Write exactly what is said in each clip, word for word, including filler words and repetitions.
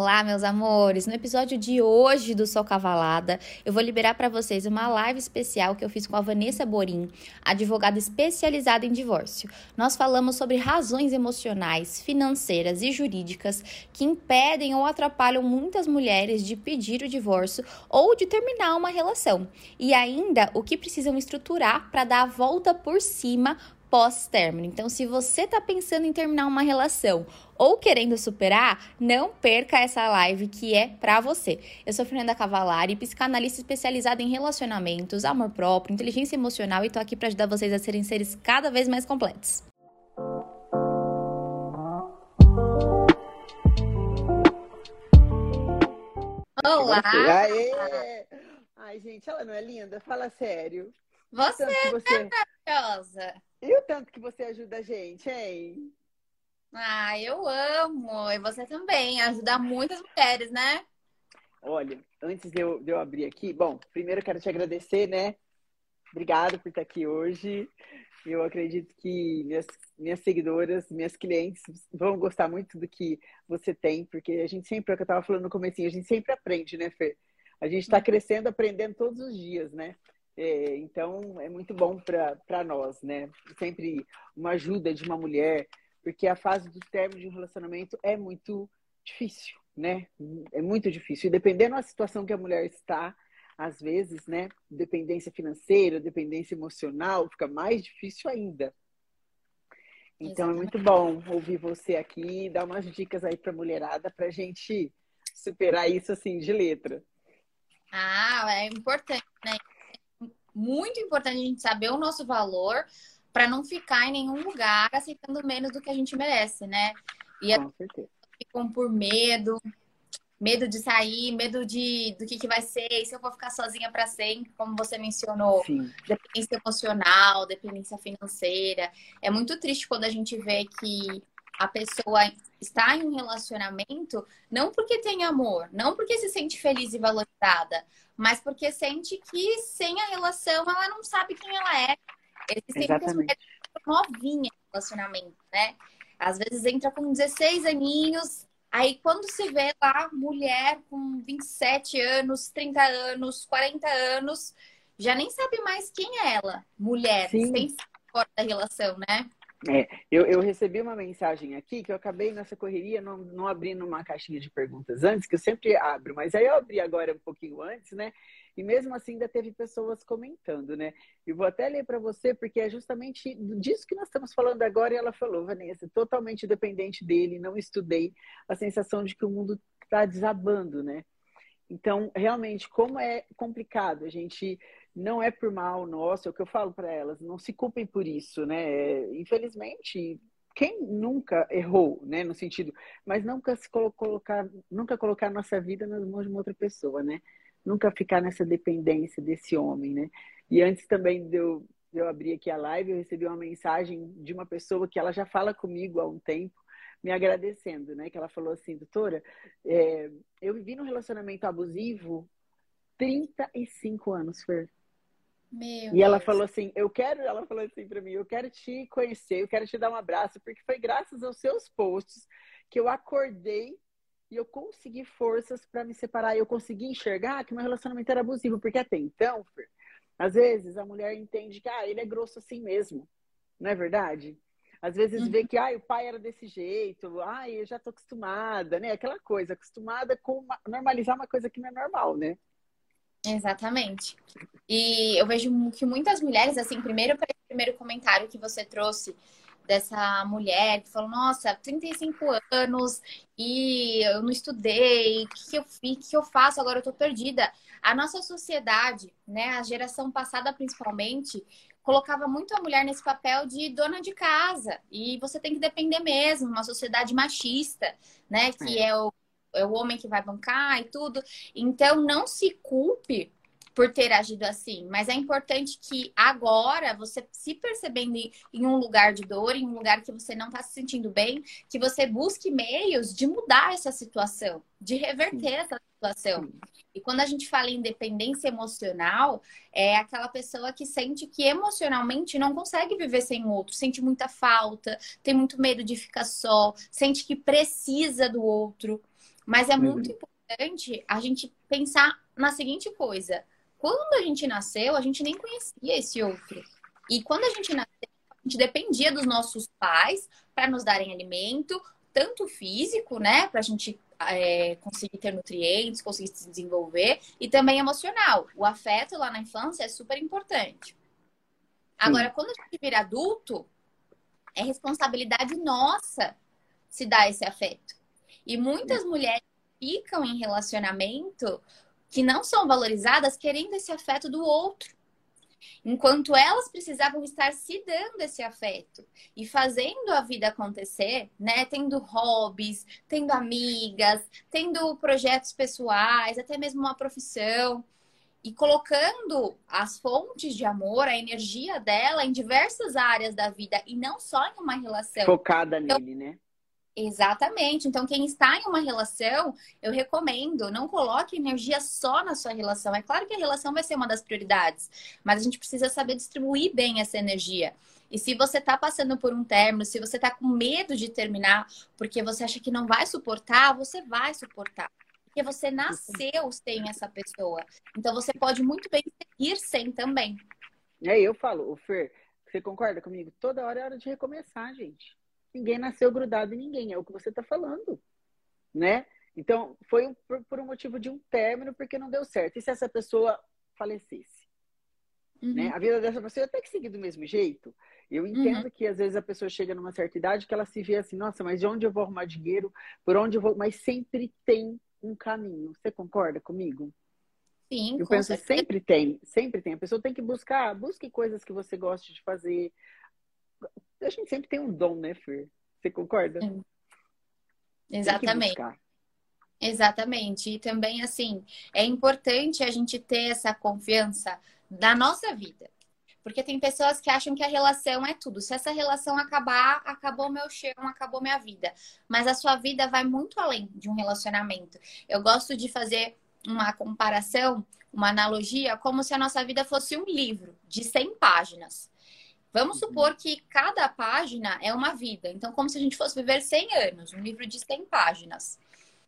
Olá, meus amores! No episódio de hoje do Sou Cavalada, eu vou liberar para vocês uma live especial que eu fiz com a Vanessa Borim, advogada especializada em divórcio. Nós falamos sobre razões emocionais, financeiras e jurídicas que impedem ou atrapalham muitas mulheres de pedir o divórcio ou de terminar uma relação. E ainda o que precisam estruturar para dar a volta por cima pós-término. Então, se você está pensando em terminar uma relação ou querendo superar, não perca essa live que é para você. Eu sou Fernanda Cavalari, psicanalista especializada em relacionamentos, amor próprio, inteligência emocional e tô aqui para ajudar vocês a serem seres cada vez mais completos. Olá! Aê! Ai, gente, ela não é linda? Fala sério. Você é você... maravilhosa! E o tanto que você ajuda a gente, hein? Ah, eu amo! E você também, ajuda muitas mulheres, né? Olha, antes de eu, de eu abrir aqui, bom, primeiro eu quero te agradecer, né? Obrigado por estar aqui hoje. Eu acredito que minhas, minhas seguidoras, minhas clientes vão gostar muito do que você tem, porque a gente sempre, é o que eu estava falando no comecinho, a gente sempre aprende, né, Fê? A gente está crescendo, aprendendo todos os dias, né? É, então, é muito bom para nós, né? Sempre uma ajuda de uma mulher, porque a fase do término de um relacionamento é muito difícil, né? É muito difícil. E dependendo da situação que a mulher está, às vezes, né? Dependência financeira, dependência emocional, fica mais difícil ainda. Então, Exatamente. é muito bom ouvir você aqui, dar umas dicas aí para a mulherada, para a gente superar isso assim de letra. Ah, é importante, né? Muito importante a gente saber o nosso valor para não ficar em nenhum lugar aceitando menos do que a gente merece, né? E as Com certeza. pessoas ficam por medo, medo de sair, medo de do que, que vai ser, e se eu vou ficar sozinha para sempre, como você mencionou, Sim. dependência emocional, dependência financeira. É muito triste quando a gente vê que a pessoa está em um relacionamento não porque tem amor, não porque se sente feliz e valorizada, mas porque sente que sem a relação ela não sabe quem ela é. Existem muitas Exatamente. mulheres novinhas em relacionamento, né? Às vezes entra com dezesseis aninhos, aí quando se vê lá, mulher com vinte e sete anos, trinta anos, quarenta anos, já nem sabe mais quem é ela, mulher, Sim. sem fora da relação, né? É, eu, eu recebi uma mensagem aqui que eu acabei nessa correria não, não abrindo uma caixinha de perguntas antes, que eu sempre abro, mas aí eu abri agora um pouquinho antes, né? E mesmo assim ainda teve pessoas comentando, né? Eu vou até ler para você, porque é justamente disso que nós estamos falando agora, e ela falou, Vanessa, totalmente dependente dele, não estudei, a sensação de que o mundo está desabando, né? Então, realmente, como é complicado, a gente não é por mal nosso, é o que eu falo para elas, não se culpem por isso, né? Infelizmente, quem nunca errou, né, no sentido, mas nunca se colocar, nunca colocar nossa vida nas mãos de uma outra pessoa, né? Nunca ficar nessa dependência desse homem, né? E antes também de eu, de eu abrir aqui a live, eu recebi uma mensagem de uma pessoa que ela já fala comigo há um tempo, me agradecendo, né? Que ela falou assim, doutora, é, eu vivi num relacionamento abusivo trinta e cinco anos, Fer. Meu E ela Deus. falou assim, eu quero, ela falou assim para mim, eu quero te conhecer, eu quero te dar um abraço, porque foi graças aos seus posts que eu acordei e eu consegui forças para me separar. E eu consegui enxergar que meu relacionamento era abusivo, porque até então, Fer, às vezes a mulher entende que ah, ele é grosso assim mesmo, não é verdade? Às vezes vê que ah, o pai era desse jeito, ah, eu já tô acostumada, né? Aquela coisa, acostumada com uma, normalizar uma coisa que não é normal, né? Exatamente. E eu vejo que muitas mulheres, assim, primeiro para esse primeiro comentário que você trouxe dessa mulher que falou, nossa, trinta e cinco anos e eu não estudei, o que, que eu fiz, o que, que eu faço, agora eu tô perdida. A nossa sociedade, né, a geração passada principalmente, colocava muito a mulher nesse papel de dona de casa. E você tem que depender mesmo, uma sociedade machista, né, que É. é o, é o homem que vai bancar e tudo. Então, não se culpe por ter agido assim, mas é importante que agora, você se percebendo em um lugar de dor, em um lugar que você não está se sentindo bem, que você busque meios de mudar essa situação, de reverter Sim. essa situação. Sim. E quando a gente fala em dependência emocional, é aquela pessoa que sente que emocionalmente não consegue viver sem o outro, sente muita falta, tem muito medo de ficar só, sente que precisa do outro. Mas é muito Uhum. importante a gente pensar na seguinte coisa. Quando a gente nasceu, a gente nem conhecia esse outro. E quando a gente nasceu, a gente dependia dos nossos pais para nos darem alimento, tanto físico, né? Para a gente é, conseguir ter nutrientes, conseguir se desenvolver, e também emocional. O afeto lá na infância é super importante. Agora, Sim. quando a gente vira adulto, é responsabilidade nossa se dar esse afeto. E É. muitas mulheres ficam em relacionamento que não são valorizadas querendo esse afeto do outro. Enquanto elas precisavam estar se dando esse afeto e fazendo a vida acontecer, né? Tendo hobbies, tendo amigas, tendo projetos pessoais, até mesmo uma profissão. E colocando as fontes de amor, a energia dela em diversas áreas da vida e não só em uma relação. Focada nele, né? Exatamente. Então, quem está em uma relação, eu recomendo, não coloque energia só na sua relação. É claro que a relação vai ser uma das prioridades, mas a gente precisa saber distribuir bem essa energia. E se você está passando por um término, se você está com medo de terminar, porque você acha que não vai suportar, você vai suportar. Porque você nasceu sem essa pessoa. Então, você pode muito bem seguir sem também. E aí eu falo, o Fer, você concorda comigo? Toda hora é hora de recomeçar, gente. Ninguém nasceu grudado em ninguém, é o que você está falando, né? Então, foi um- por, por um motivo de um término, porque não deu certo. E se essa pessoa falecesse? Né? Uhum, A vida dessa pessoa ia ter que seguir do mesmo jeito. Eu uhum. entendo que às vezes a pessoa chega numa certa idade que ela se vê assim, nossa, mas de onde eu vou arrumar dinheiro? Por onde eu vou? Mas sempre tem um caminho. Você concorda comigo? Sim, Eu com penso, certeza. sempre tem, sempre tem. A pessoa tem que buscar, busque coisas que você goste de fazer. A gente sempre tem um dom, né, Fer? Você concorda? Sim, Tem que exatamente. buscar. Exatamente. E também, assim, é importante a gente ter essa confiança da nossa vida. Porque tem pessoas que acham que a relação é tudo. Se essa relação acabar, acabou meu chão, acabou minha vida. Mas a sua vida vai muito além de um relacionamento. Eu gosto de fazer uma comparação, uma analogia, como se a nossa vida fosse um livro de cem páginas. Vamos Uhum. supor que cada página é uma vida. Então, como se a gente fosse viver cem anos, um livro de cem páginas.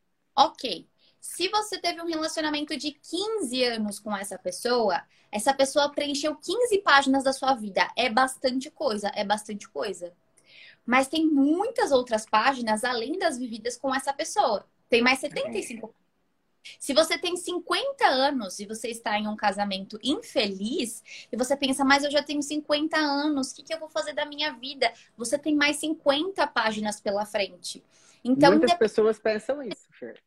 Ok. Se você teve um relacionamento de quinze anos com essa pessoa, essa pessoa preencheu quinze páginas da sua vida. É bastante coisa, é bastante coisa. Mas tem muitas outras páginas além das vividas com essa pessoa. Tem mais setenta e É. cinco. Se você tem cinquenta anos e você está em um casamento infeliz, e você pensa, mas eu já tenho cinquenta anos, o que, que eu vou fazer da minha vida? Você tem mais cinquenta páginas pela frente. Então, Muitas pessoas pensam isso, Fer.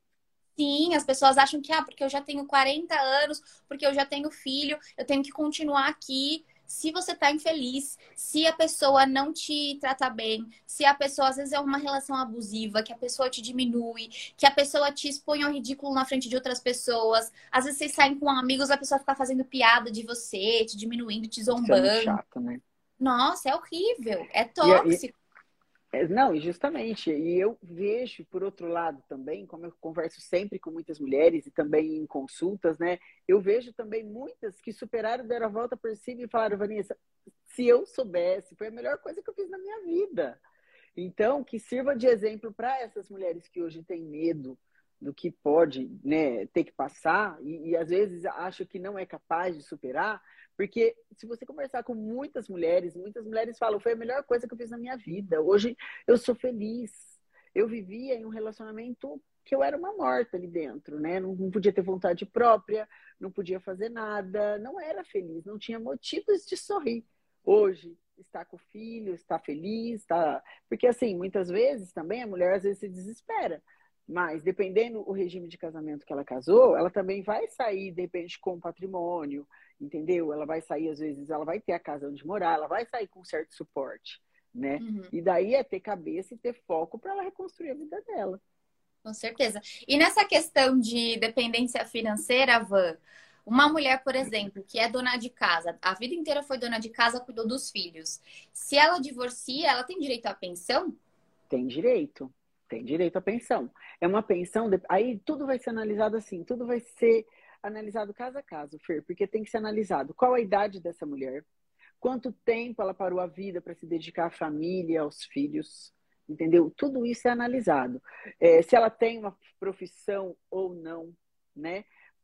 sim, as pessoas acham que, ah, porque eu já tenho quarenta anos, porque eu já tenho filho, eu tenho que continuar aqui. Se você tá infeliz, se a pessoa não te trata bem, se a pessoa às vezes é uma relação abusiva, que a pessoa te diminui, que a pessoa te expõe ao ridículo na frente de outras pessoas, às vezes vocês saem com amigos, a pessoa fica fazendo piada de você, te diminuindo, te Isso é muito zombando. chato, né? Nossa, é horrível, é E, e, tóxico. é, não, e justamente, e eu vejo, por outro lado também, como eu converso sempre com muitas mulheres e também em consultas, né? Eu vejo também muitas que superaram, deram a volta por cima e falaram, Vanessa, se eu soubesse, foi a melhor coisa que eu fiz na minha vida. Então, que sirva de exemplo para essas mulheres que hoje têm medo do que pode, né, ter que passar e, e às vezes acham que não é capaz de superar, porque se você conversar com muitas mulheres, muitas mulheres falam, foi a melhor coisa que eu fiz na minha vida. Hoje eu sou feliz. Eu vivia em um relacionamento que eu era uma morta ali dentro, né? Não, não podia ter vontade própria, não podia fazer nada, não era feliz, não tinha motivos de sorrir. Hoje está com o filho, está feliz, está porque, assim, muitas vezes também a mulher às vezes se desespera. Mas, dependendo do regime de casamento que ela casou, ela também vai sair, de repente, com patrimônio, entendeu? Ela vai sair, às vezes, ela vai ter a casa onde morar, ela vai sair com certo suporte, né? Uhum. E daí é ter cabeça e ter foco para ela reconstruir a vida dela. Com certeza. E nessa questão de dependência financeira, Van, uma mulher, por exemplo, que é dona de casa, a vida inteira foi dona de casa, cuidou dos filhos. Se ela divorcia, ela tem direito à pensão? Tem direito, tem direito à pensão. É uma pensão, de... aí tudo vai ser analisado assim, tudo vai ser analisado caso a caso, Fer, porque tem que ser analisado qual a idade dessa mulher, quanto tempo ela parou a vida para se dedicar à família, aos filhos, entendeu? Tudo isso é analisado. É, se ela tem uma profissão ou não, né?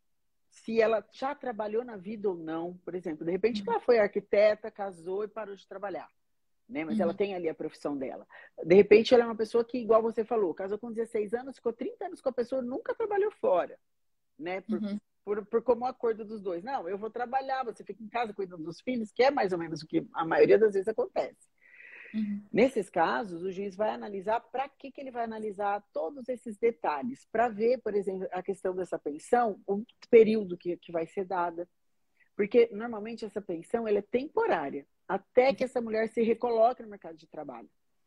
Se ela já trabalhou na vida ou não, por exemplo, de repente ela foi arquiteta, casou e parou de trabalhar, né? Mas ela Uhum. tem ali a profissão dela. De repente ela é uma pessoa que, igual você falou, casou com dezesseis anos, ficou trinta anos com a pessoa, nunca trabalhou fora, né? Por, Uhum. por, por como acordo dos dois. Não, eu vou trabalhar, você fica em casa cuidando dos filhos, que é mais ou menos o que a maioria das vezes acontece. Uhum. Nesses casos, o juiz vai analisar para que, que ele vai analisar todos esses detalhes, para ver, por exemplo, a questão dessa pensão, o período que, que vai ser dada. Porque, normalmente, essa pensão ela é temporária, até que essa mulher se recoloque no mercado de trabalho.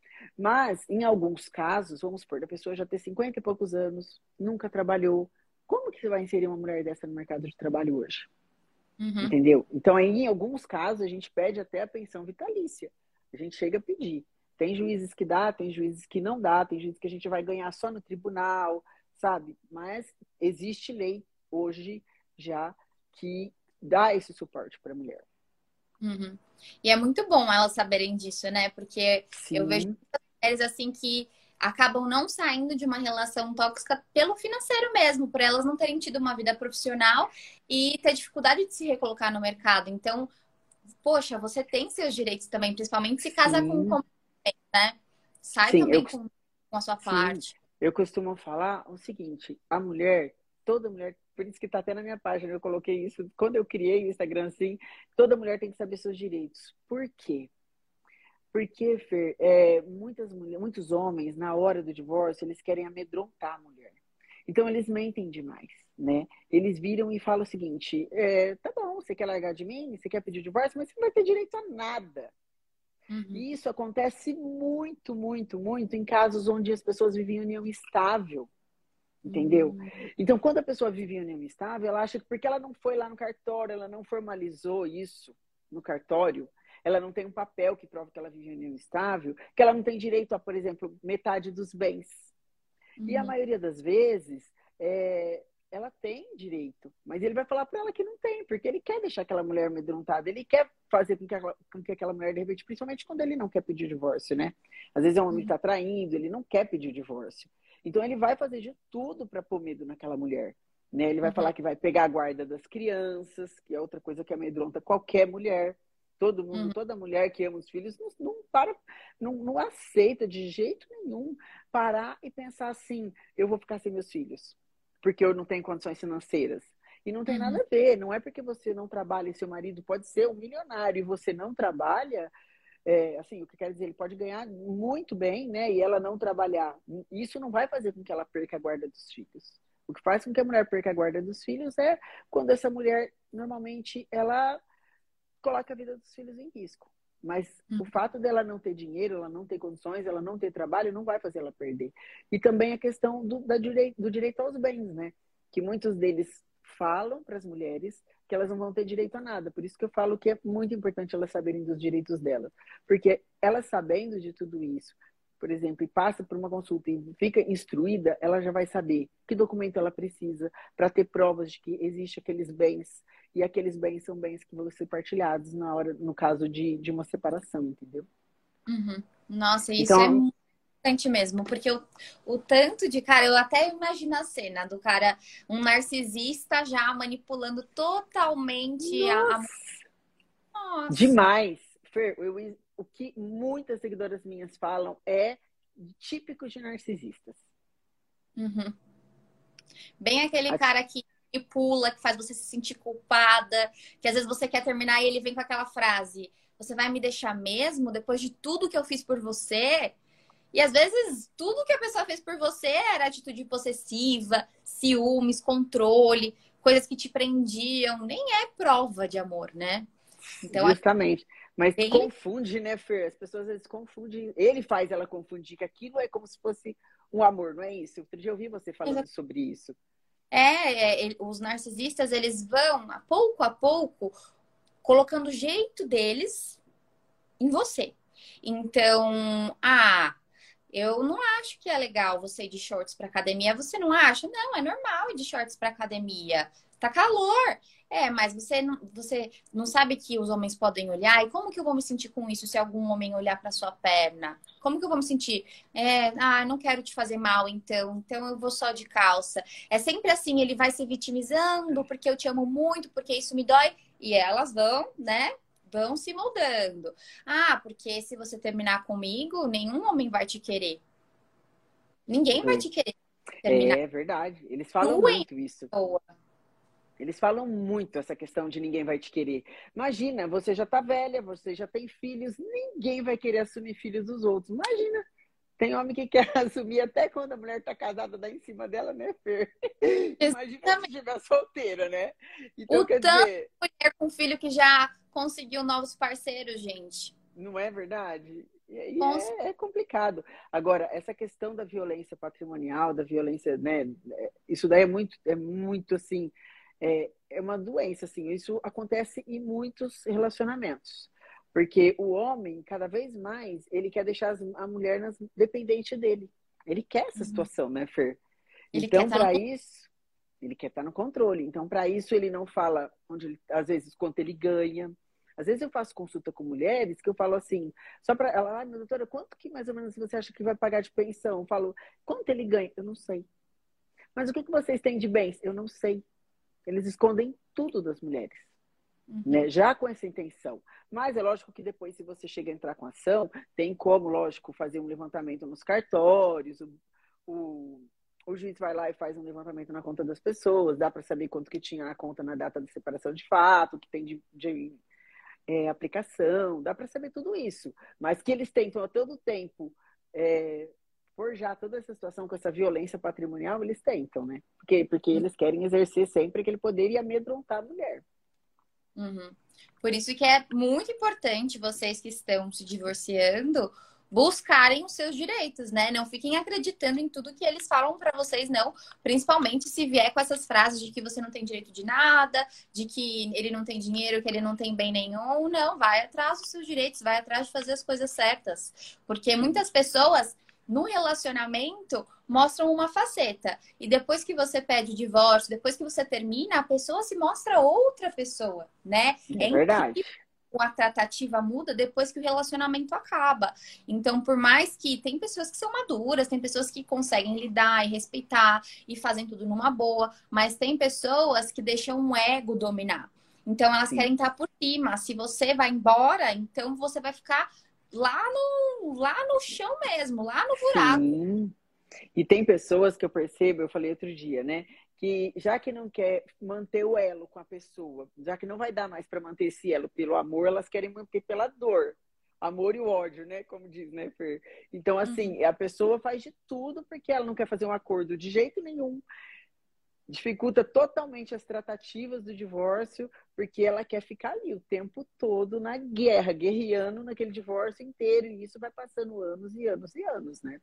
Mas, em alguns casos, vamos supor, a pessoa já ter cinquenta e poucos anos, nunca trabalhou. Como que você vai inserir uma mulher dessa no mercado de trabalho hoje? Uhum. Entendeu? Então, aí, em alguns casos, a gente pede até a pensão vitalícia. A gente chega a pedir. Tem juízes que dá, tem juízes que não dá, tem juízes que a gente vai ganhar só no tribunal, sabe? Mas existe lei hoje já que dá esse suporte para a mulher. Uhum. E é muito bom elas saberem disso, né? Porque eu vejo Sim, muitas mulheres assim que acabam não saindo de uma relação tóxica pelo financeiro mesmo, por elas não terem tido uma vida profissional e ter dificuldade de se recolocar no mercado. Então, poxa, você tem seus direitos também, principalmente se casar com um sim, companheiro, né? Sai sim. Eu, também com, com a sua sim, parte. eu costumo falar o seguinte: a mulher, toda mulher, por isso que está até na minha página, eu coloquei isso quando eu criei o Instagram, assim, toda mulher tem que saber seus direitos. Por quê? Porque, Fer, é, muitas mulheres, muitos homens, na hora do divórcio, eles querem amedrontar a mulher. Então, eles mentem demais, né? Eles viram e falam o seguinte: é, tá bom, você quer largar de mim, você quer pedir o divórcio, mas você não vai ter direito a nada. Uhum. E isso acontece muito, muito, muito em casos onde as pessoas vivem em união estável, entendeu? Uhum. Então, quando a pessoa vive em união estável, ela acha que porque ela não foi lá no cartório, ela não formalizou isso no cartório, ela não tem um papel que prova que ela vive em união estável, que ela não tem direito a, por exemplo, metade dos bens. E a Uhum. maioria das vezes, é, ela tem direito, mas ele vai falar para ela que não tem, porque ele quer deixar aquela mulher amedrontada, ele quer fazer com que, aquela, com que aquela mulher, de repente, principalmente quando ele não quer pedir o divórcio, né? Às vezes é um homem que Uhum. está traindo, ele não quer pedir o divórcio. Então ele vai fazer de tudo para pôr medo naquela mulher. Né? Ele vai Uhum. falar que vai pegar a guarda das crianças, que é outra coisa que amedronta qualquer mulher. Todo mundo, Uhum. toda mulher que ama os filhos não, não para, não, não aceita de jeito nenhum parar e pensar assim: eu vou ficar sem meus filhos, porque eu não tenho condições financeiras. E não tem Uhum. nada a ver, não é porque você não trabalha e seu marido pode ser um milionário e você não trabalha, é, assim, o que quer dizer, ele pode ganhar muito bem, né? E ela não trabalhar. Isso não vai fazer com que ela perca a guarda dos filhos. O que faz com que a mulher perca a guarda dos filhos é quando essa mulher, normalmente, ela coloca a vida dos filhos em risco. Mas o Uhum. fato dela não ter dinheiro, ela não ter condições, ela não ter trabalho, não vai fazer ela perder. E também a questão do, da direito, do direito aos bens, né? Que muitos deles falam para as mulheres que elas não vão ter direito a nada. Por isso que eu falo que é muito importante elas saberem dos direitos delas. Porque elas sabendo de tudo isso, por exemplo, e passa por uma consulta e fica instruída, ela já vai saber que documento ela precisa para ter provas de que existe aqueles bens, e aqueles bens são bens que vão ser partilhados na hora, no caso de, de uma separação, entendeu? Uhum. Nossa, isso é Então, muito importante mesmo, porque o, o tanto de cara, eu até imagino a cena do cara, um narcisista já manipulando totalmente a, a... nossa, Nossa. demais. Fer, eu, o que muitas seguidoras minhas falam é típico de narcisistas. Uhum. Bem aquele A- cara que manipula, que faz você se sentir culpada, que às vezes você quer terminar e ele vem com aquela frase: você vai me deixar mesmo depois de tudo que eu fiz por você? E às vezes tudo que a pessoa fez por você era atitude possessiva, ciúmes, controle, coisas que te prendiam, nem é prova de amor, né? Então acho Justamente. Mas bem confunde, né, Fer? As pessoas às vezes confundem. Ele faz ela confundir que aquilo é como se fosse um amor, não é isso? Outro dia eu ouvi você falando sobre isso. é, é, é, os narcisistas eles vão a pouco a pouco colocando o jeito deles em você. Então, ah, eu não acho que é legal você ir de shorts para academia. Você não acha? Não, é normal ir de shorts para academia. tá calor. É, mas você não, você não sabe que os homens podem olhar? E como que eu vou me sentir com isso se algum homem olhar para sua perna? Como que eu vou me sentir? É, ah, não quero te fazer mal, então. Então eu vou só de calça. É sempre assim, ele vai se vitimizando porque eu te amo muito, porque isso me dói. E elas vão, né? Vão se moldando. Ah, porque se você terminar comigo, nenhum homem vai te querer. Ninguém vai te querer terminar. É verdade. Eles falam Tu, hein? muito isso. Eles falam muito essa questão de ninguém vai te querer. Imagina, você já tá velha, você já tem filhos, ninguém vai querer assumir filhos dos outros. Imagina, tem homem que quer assumir até quando a mulher tá casada, dá em cima dela, né, Fer? Imagina se estiver solteira, né? Então, O quer tanto dizer... de mulher com filho que já conseguiu novos parceiros, gente. Não é verdade? E aí Cons... é, é complicado. Agora, essa questão da violência patrimonial, da violência, né? Isso daí é muito, é muito assim, é, é uma doença, assim. Isso acontece em muitos relacionamentos. Porque o homem, cada vez mais, ele quer deixar a mulher nas, dependente dele. Ele quer essa Uhum. situação, né, Fer? Ele quer Então, estar para no... isso, ele quer estar no controle. Então, para isso, ele não fala, onde ele, às vezes, quanto ele ganha. Às vezes eu faço consulta com mulheres que eu falo assim, só para ela, ah, doutora, quanto que mais ou menos você acha que vai pagar de pensão? Eu falo, quanto ele ganha? Eu não sei. Mas o que, que vocês têm de bens? Eu não sei. Eles escondem tudo das mulheres, Uhum. né? Já com essa intenção. Mas é lógico que depois, se você chega a entrar com ação, tem como, lógico, fazer um levantamento nos cartórios, o, o, o juiz vai lá e faz um levantamento na conta das pessoas, dá para saber quanto que tinha na conta na data de separação de fato, que tem de, de É, aplicação, dá para saber tudo isso. Mas que eles tentam a todo tempo é, forjar toda essa situação com essa violência patrimonial, eles tentam, né? Porque, porque eles querem exercer sempre aquele poder e amedrontar a mulher. Uhum. Por isso que é muito importante vocês que estão se divorciando buscarem os seus direitos, né? Não fiquem acreditando em tudo que eles falam para vocês, não. Principalmente se vier com essas frases de que você não tem direito de nada, de que ele não tem dinheiro, que ele não tem bem nenhum. Não, vai atrás dos seus direitos, vai atrás de fazer as coisas certas. Porque muitas pessoas no relacionamento mostram uma faceta. E depois que você pede o divórcio, depois que você termina, a pessoa se mostra outra pessoa, né? É, é verdade. A tratativa muda depois que o relacionamento acaba. Então, por mais que tem pessoas que são maduras, tem pessoas que conseguem lidar e respeitar e fazem tudo numa boa, mas tem pessoas que deixam o ego dominar. Então, elas Sim. querem estar por cima. Se você vai embora, então você vai ficar lá no, lá no chão mesmo, lá no buraco. Sim. E tem pessoas que eu percebo, eu falei outro dia, né? Que já que não quer manter o elo com a pessoa, já que não vai dar mais para manter esse elo pelo amor, elas querem manter pela dor. Amor e o ódio, né? Como diz, né, Fer? Então, assim, uhum. a pessoa faz de tudo porque ela não quer fazer um acordo de jeito nenhum. Dificulta totalmente as tratativas do divórcio, porque ela quer ficar ali o tempo todo na guerra, guerreando naquele divórcio inteiro. E isso vai passando anos e anos e anos, né?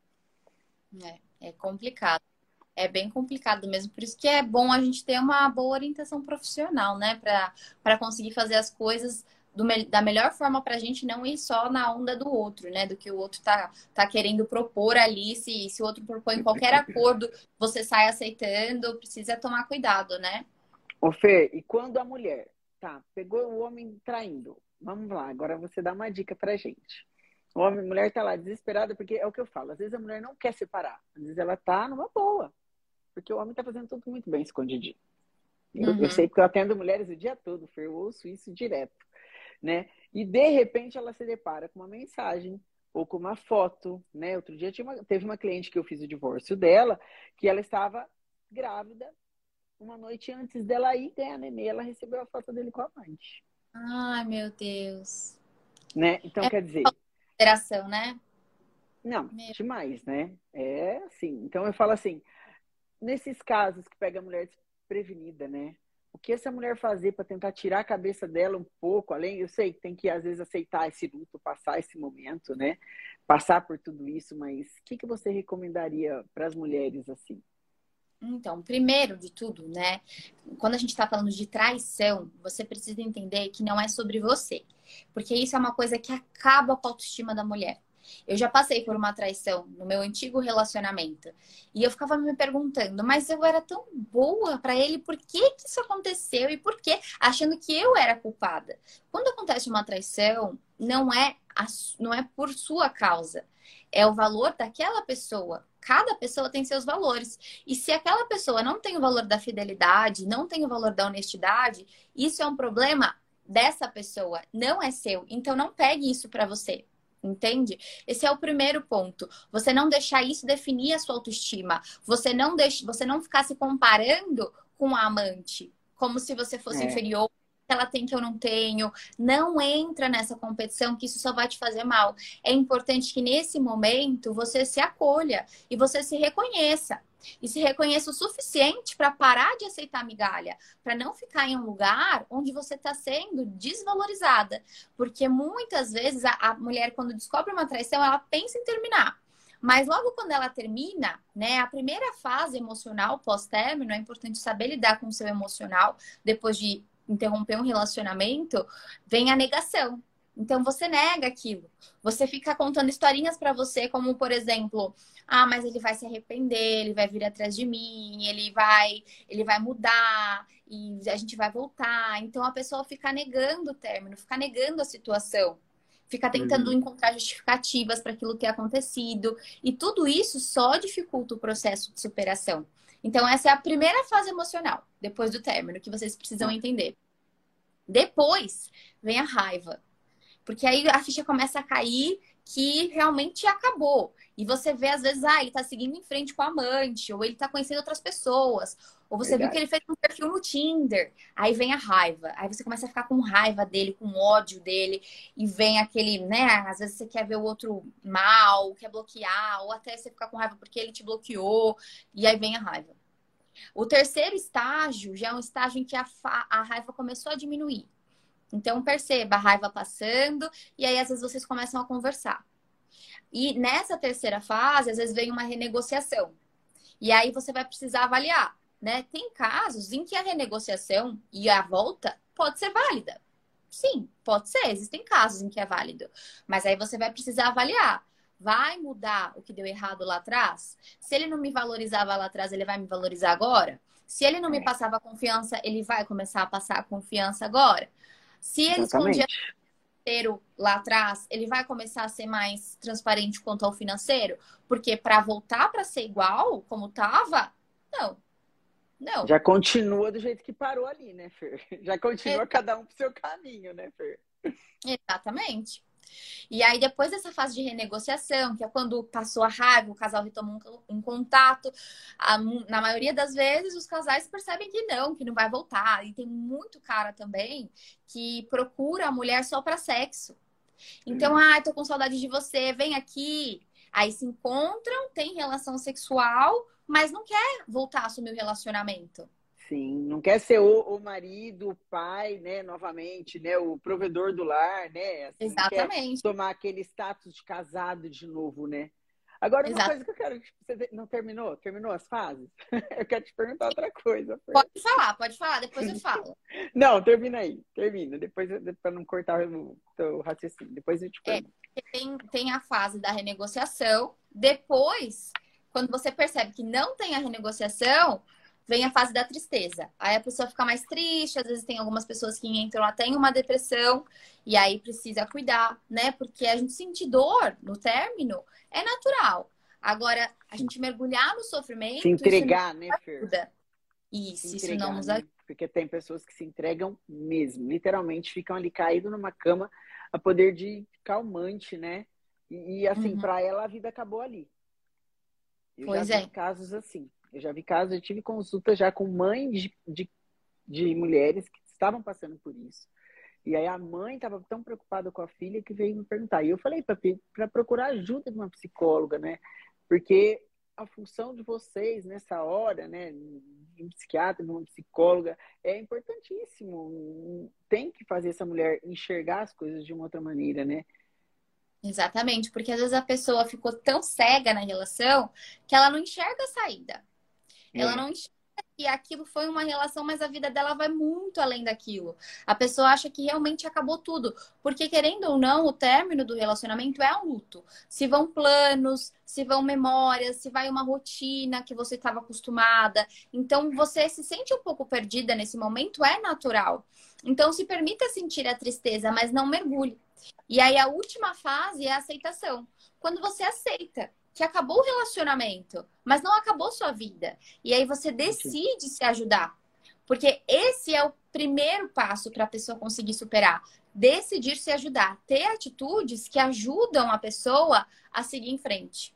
É, é complicado. É bem complicado mesmo. Por isso que é bom a gente ter uma boa orientação profissional, né? Para conseguir fazer as coisas do, da melhor forma para a gente não ir só na onda do outro, né? Do que o outro tá, tá querendo propor ali. Se, se o outro propõe qualquer acordo, você sai aceitando. Precisa tomar cuidado, né? Ô, Fer, e quando a mulher, tá, pegou o homem traindo? Vamos lá, agora você dá uma dica pra gente. O homem, a mulher tá lá desesperada, porque é o que eu falo, às vezes a mulher não quer separar, às vezes ela tá numa boa, porque o homem tá fazendo tudo muito bem escondidinho. Eu, uhum. eu sei porque eu atendo mulheres o dia todo, Fer, eu ouço isso direto, né? E de repente ela se depara com uma mensagem ou com uma foto, né? Outro dia tinha uma, teve uma cliente que eu fiz o divórcio dela, que ela estava grávida, uma noite antes dela ir ganhar nenê, ela recebeu a foto dele com a amante. Ai, meu Deus. Né? Então, é quer dizer... Consideração, né? Não, meu... demais, né? É assim. Então, eu falo assim, nesses casos que pega a mulher desprevenida, né? O que essa mulher fazer para tentar tirar a cabeça dela um pouco, além, eu sei que tem que, às vezes, aceitar esse luto, passar esse momento, né? Passar por tudo isso, mas o que, que você recomendaria para as mulheres assim? Então, primeiro de tudo, né? Quando a gente está falando de traição, você precisa entender que não é sobre você. Porque isso é uma coisa que acaba com a autoestima da mulher. Eu já passei por uma traição no meu antigo relacionamento. E eu ficava me perguntando, mas eu era tão boa pra ele, por que que isso aconteceu? E por quê? Achando que eu era culpada. Quando acontece uma traição, não é, a, não é por sua causa. É o valor daquela pessoa. Cada pessoa tem seus valores. E se aquela pessoa não tem o valor da fidelidade, não tem o valor da honestidade, isso é um problema dessa pessoa, não é seu. Então não pegue isso pra você. Entende? Esse é o primeiro ponto. Você não deixar isso definir a sua autoestima. Você não deixa, você não ficar se comparando com a amante, como se você fosse É. inferior, que ela tem que eu não tenho. Não entra nessa competição, que isso só vai te fazer mal. É importante que nesse momento você se acolha e você se reconheça. E se reconheça o suficiente para parar de aceitar migalha, para não ficar em um lugar onde você está sendo desvalorizada. Porque muitas vezes a, a mulher, quando descobre uma traição, ela pensa em terminar. Mas logo quando ela termina, né, a primeira fase emocional pós-término, é importante saber lidar com o seu emocional depois de interromper um relacionamento, vem a negação. Então você nega aquilo. Você fica contando historinhas para você, como por exemplo, ah, mas ele vai se arrepender, ele vai vir atrás de mim, ele vai, ele vai mudar e a gente vai voltar. Então a pessoa fica negando o término, fica negando a situação, fica tentando Uhum. encontrar justificativas para aquilo ter acontecido, e tudo isso só dificulta o processo de superação. Então essa é a primeira fase emocional, depois do término, que vocês precisam Tá. entender. Depois vem a raiva. Porque aí a ficha começa a cair que realmente acabou. E você vê, às vezes, ah, ele tá seguindo em frente com a amante, ou ele tá conhecendo outras pessoas, ou você viu que Verdade. ele fez um perfil no Tinder. Aí vem a raiva. Aí você começa a ficar com raiva dele, com ódio dele, e vem aquele, né? Às vezes você quer ver o outro mal, quer bloquear, ou até você ficar com raiva porque ele te bloqueou, e aí vem a raiva. O terceiro estágio já é um estágio em que a, fa- a raiva começou a diminuir. Então, perceba a raiva passando e aí, às vezes, vocês começam a conversar. E nessa terceira fase, às vezes, vem uma renegociação. E aí, você vai precisar avaliar, né? Tem casos em que a renegociação e a volta pode ser válida. Sim, pode ser. Existem casos em que é válido. Mas aí, você vai precisar avaliar. Vai mudar o que deu errado lá atrás? Se ele não me valorizava lá atrás, ele vai me valorizar agora? Se ele não me É. passava confiança, ele vai começar a passar a confiança agora? Se ele escondia Exatamente. dinheiro lá atrás, ele vai começar a ser mais transparente quanto ao financeiro? Porque para voltar para ser igual, como tava, não, não. Já continua do jeito que parou ali, né, Fer? Já continua Ex- cada um pro seu caminho, né, Fer? Exatamente. E aí, depois dessa fase de renegociação, que é quando passou a raiva, o casal retoma um, um contato, a- na maioria das vezes os casais percebem que não, que não vai voltar. E tem muito cara também que procura a mulher só para sexo. Então, ah, tô com saudade de você, vem aqui. Aí se encontram, tem relação sexual, mas não quer voltar a assumir o relacionamento. Sim, não quer ser o, o marido, o pai, né, novamente, né, o provedor do lar, né, assim, não quer Exatamente, tomar aquele status de casado de novo, né? Agora, uma exato. coisa que eu quero, tipo, você não terminou? Terminou as fases? Eu quero te perguntar outra coisa, Fer. Pode falar, pode falar, depois eu falo. Não, termina aí, termina, depois, para não cortar o teu raciocínio, depois eu te É, pergunto. tem, tem a fase da renegociação. Depois, quando você percebe que não tem a renegociação, vem a fase da tristeza. Aí a pessoa fica mais triste, às vezes tem algumas pessoas que entram até em uma depressão, e aí precisa cuidar, né? Porque a gente sentir dor no término é natural. Agora, a Sim. gente mergulhar no Se sofrimento, isso não entregar, né, Fer? ajuda. Se Isso, isso não entregar, nos né? ajuda. Porque tem pessoas que se entregam mesmo, literalmente ficam ali caídos numa cama a poder de calmante, né? E, e, assim, Uhum. para ela a vida acabou ali. Eu já Pois vi é. casos assim. Eu já vi casos, eu tive consulta já com mães de, de, de mulheres que estavam passando por isso. E aí a mãe estava tão preocupada com a filha que veio me perguntar. E eu falei para procurar ajuda de uma psicóloga, né? Porque a função de vocês nessa hora, né, de um psiquiatra, de uma psicóloga, é importantíssimo. Tem que fazer essa mulher enxergar as coisas de uma outra maneira, né? Exatamente, porque às vezes a pessoa ficou tão cega na relação que ela não enxerga a saída. Ela É, não enxerga que aquilo foi uma relação, mas a vida dela vai muito além daquilo. A pessoa acha que realmente acabou tudo. Porque, querendo ou não, o término do relacionamento é um luto. Se vão planos, se vão memórias, se vai uma rotina que você estava acostumada. Então, você se sente um pouco perdida nesse momento, é natural. Então, se permita sentir a tristeza, mas não mergulhe. E aí, a última fase é a aceitação. Quando você aceita que acabou o relacionamento, mas não acabou sua vida. E aí você decide se ajudar. Porque esse é o primeiro passo para a pessoa conseguir superar. Decidir se ajudar. Ter atitudes que ajudam a pessoa a seguir em frente.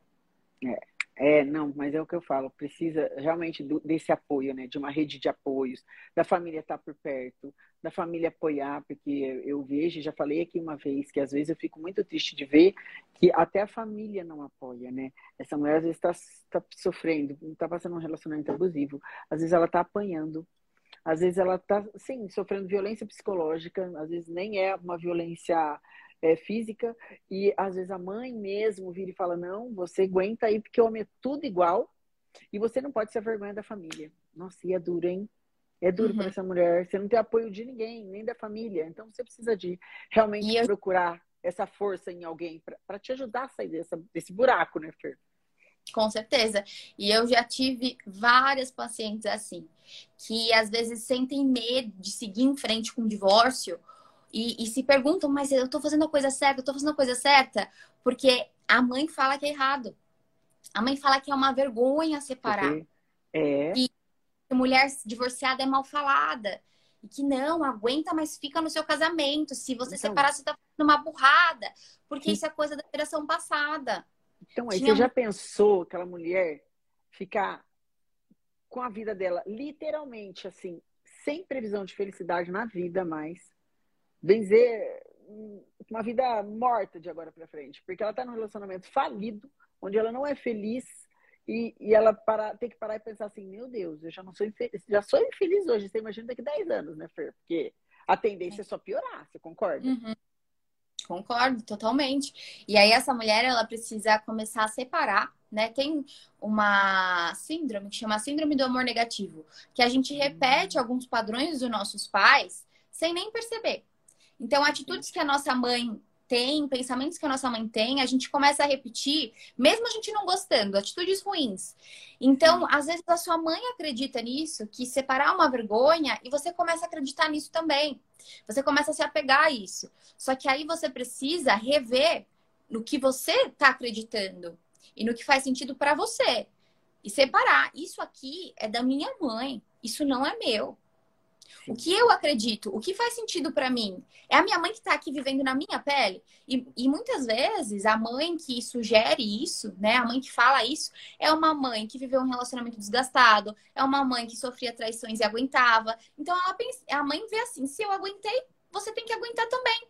É. É, não, mas é o que eu falo, precisa realmente do, desse apoio, né? De uma rede de apoios, da família estar por perto, da família apoiar, porque eu vejo, já falei aqui uma vez, que às vezes eu fico muito triste de ver que até a família não apoia, né? Essa mulher às vezes está tá sofrendo, está passando um relacionamento abusivo, às vezes ela está apanhando, às vezes ela está, sim, sofrendo violência psicológica, às vezes nem é uma violência é, física, e às vezes a mãe mesmo vira e fala, não, você aguenta aí, porque o homem é tudo igual, e você não pode ser a vergonha da família. Nossa, e é duro, hein? É duro Uhum. para essa mulher, você não tem apoio de ninguém, nem da família, então você precisa de realmente eu... procurar essa força em alguém para te ajudar a sair dessa, desse buraco, né, Fer? Com certeza. E eu já tive várias pacientes assim, que às vezes sentem medo de seguir em frente com o divórcio e, e se perguntam, mas eu tô fazendo a coisa certa, eu tô fazendo a coisa certa, porque a mãe fala que é errado. A mãe fala que é uma vergonha separar. Porque é. Que mulher divorciada é mal falada. E que não, aguenta, mas fica no seu casamento. Se você Então, separar, você tá fazendo uma burrada. Porque que isso é coisa da geração passada. Então, aí você Tinha já pensou aquela mulher ficar com a vida dela literalmente assim, sem previsão de felicidade na vida mais, benzer uma vida morta de agora para frente, porque ela tá num relacionamento falido, onde ela não é feliz e, e ela para, tem que parar e pensar assim, meu Deus, eu já não sou infeliz, já sou infeliz hoje, você imagina daqui a dez anos, né, Fer? Porque a tendência é só piorar, você concorda? Uhum. Concordo, totalmente. E aí essa mulher, ela precisa começar a separar, né? Tem uma síndrome que chama Síndrome do Amor Negativo, que a gente repete alguns padrões dos nossos pais sem nem perceber. Então, atitudes que a nossa mãe tem, pensamentos que a nossa mãe tem, a gente começa a repetir, mesmo a gente não gostando, atitudes ruins. Então, às vezes a sua mãe acredita nisso, que separar é uma vergonha, e você começa a acreditar nisso também. Você começa a se apegar a isso. Só que aí você precisa rever no que você está acreditando e no que faz sentido para você. E separar. Isso aqui é da minha mãe. Isso não é meu. Sim. O que eu acredito, o que faz sentido para mim, é a minha mãe que está aqui vivendo na minha pele. E, e muitas vezes a mãe que sugere isso, né, a mãe que fala isso, é uma mãe que viveu um relacionamento desgastado, é uma mãe que sofria traições e aguentava. Então ela pensa, a mãe vê assim: se eu aguentei, você tem que aguentar também.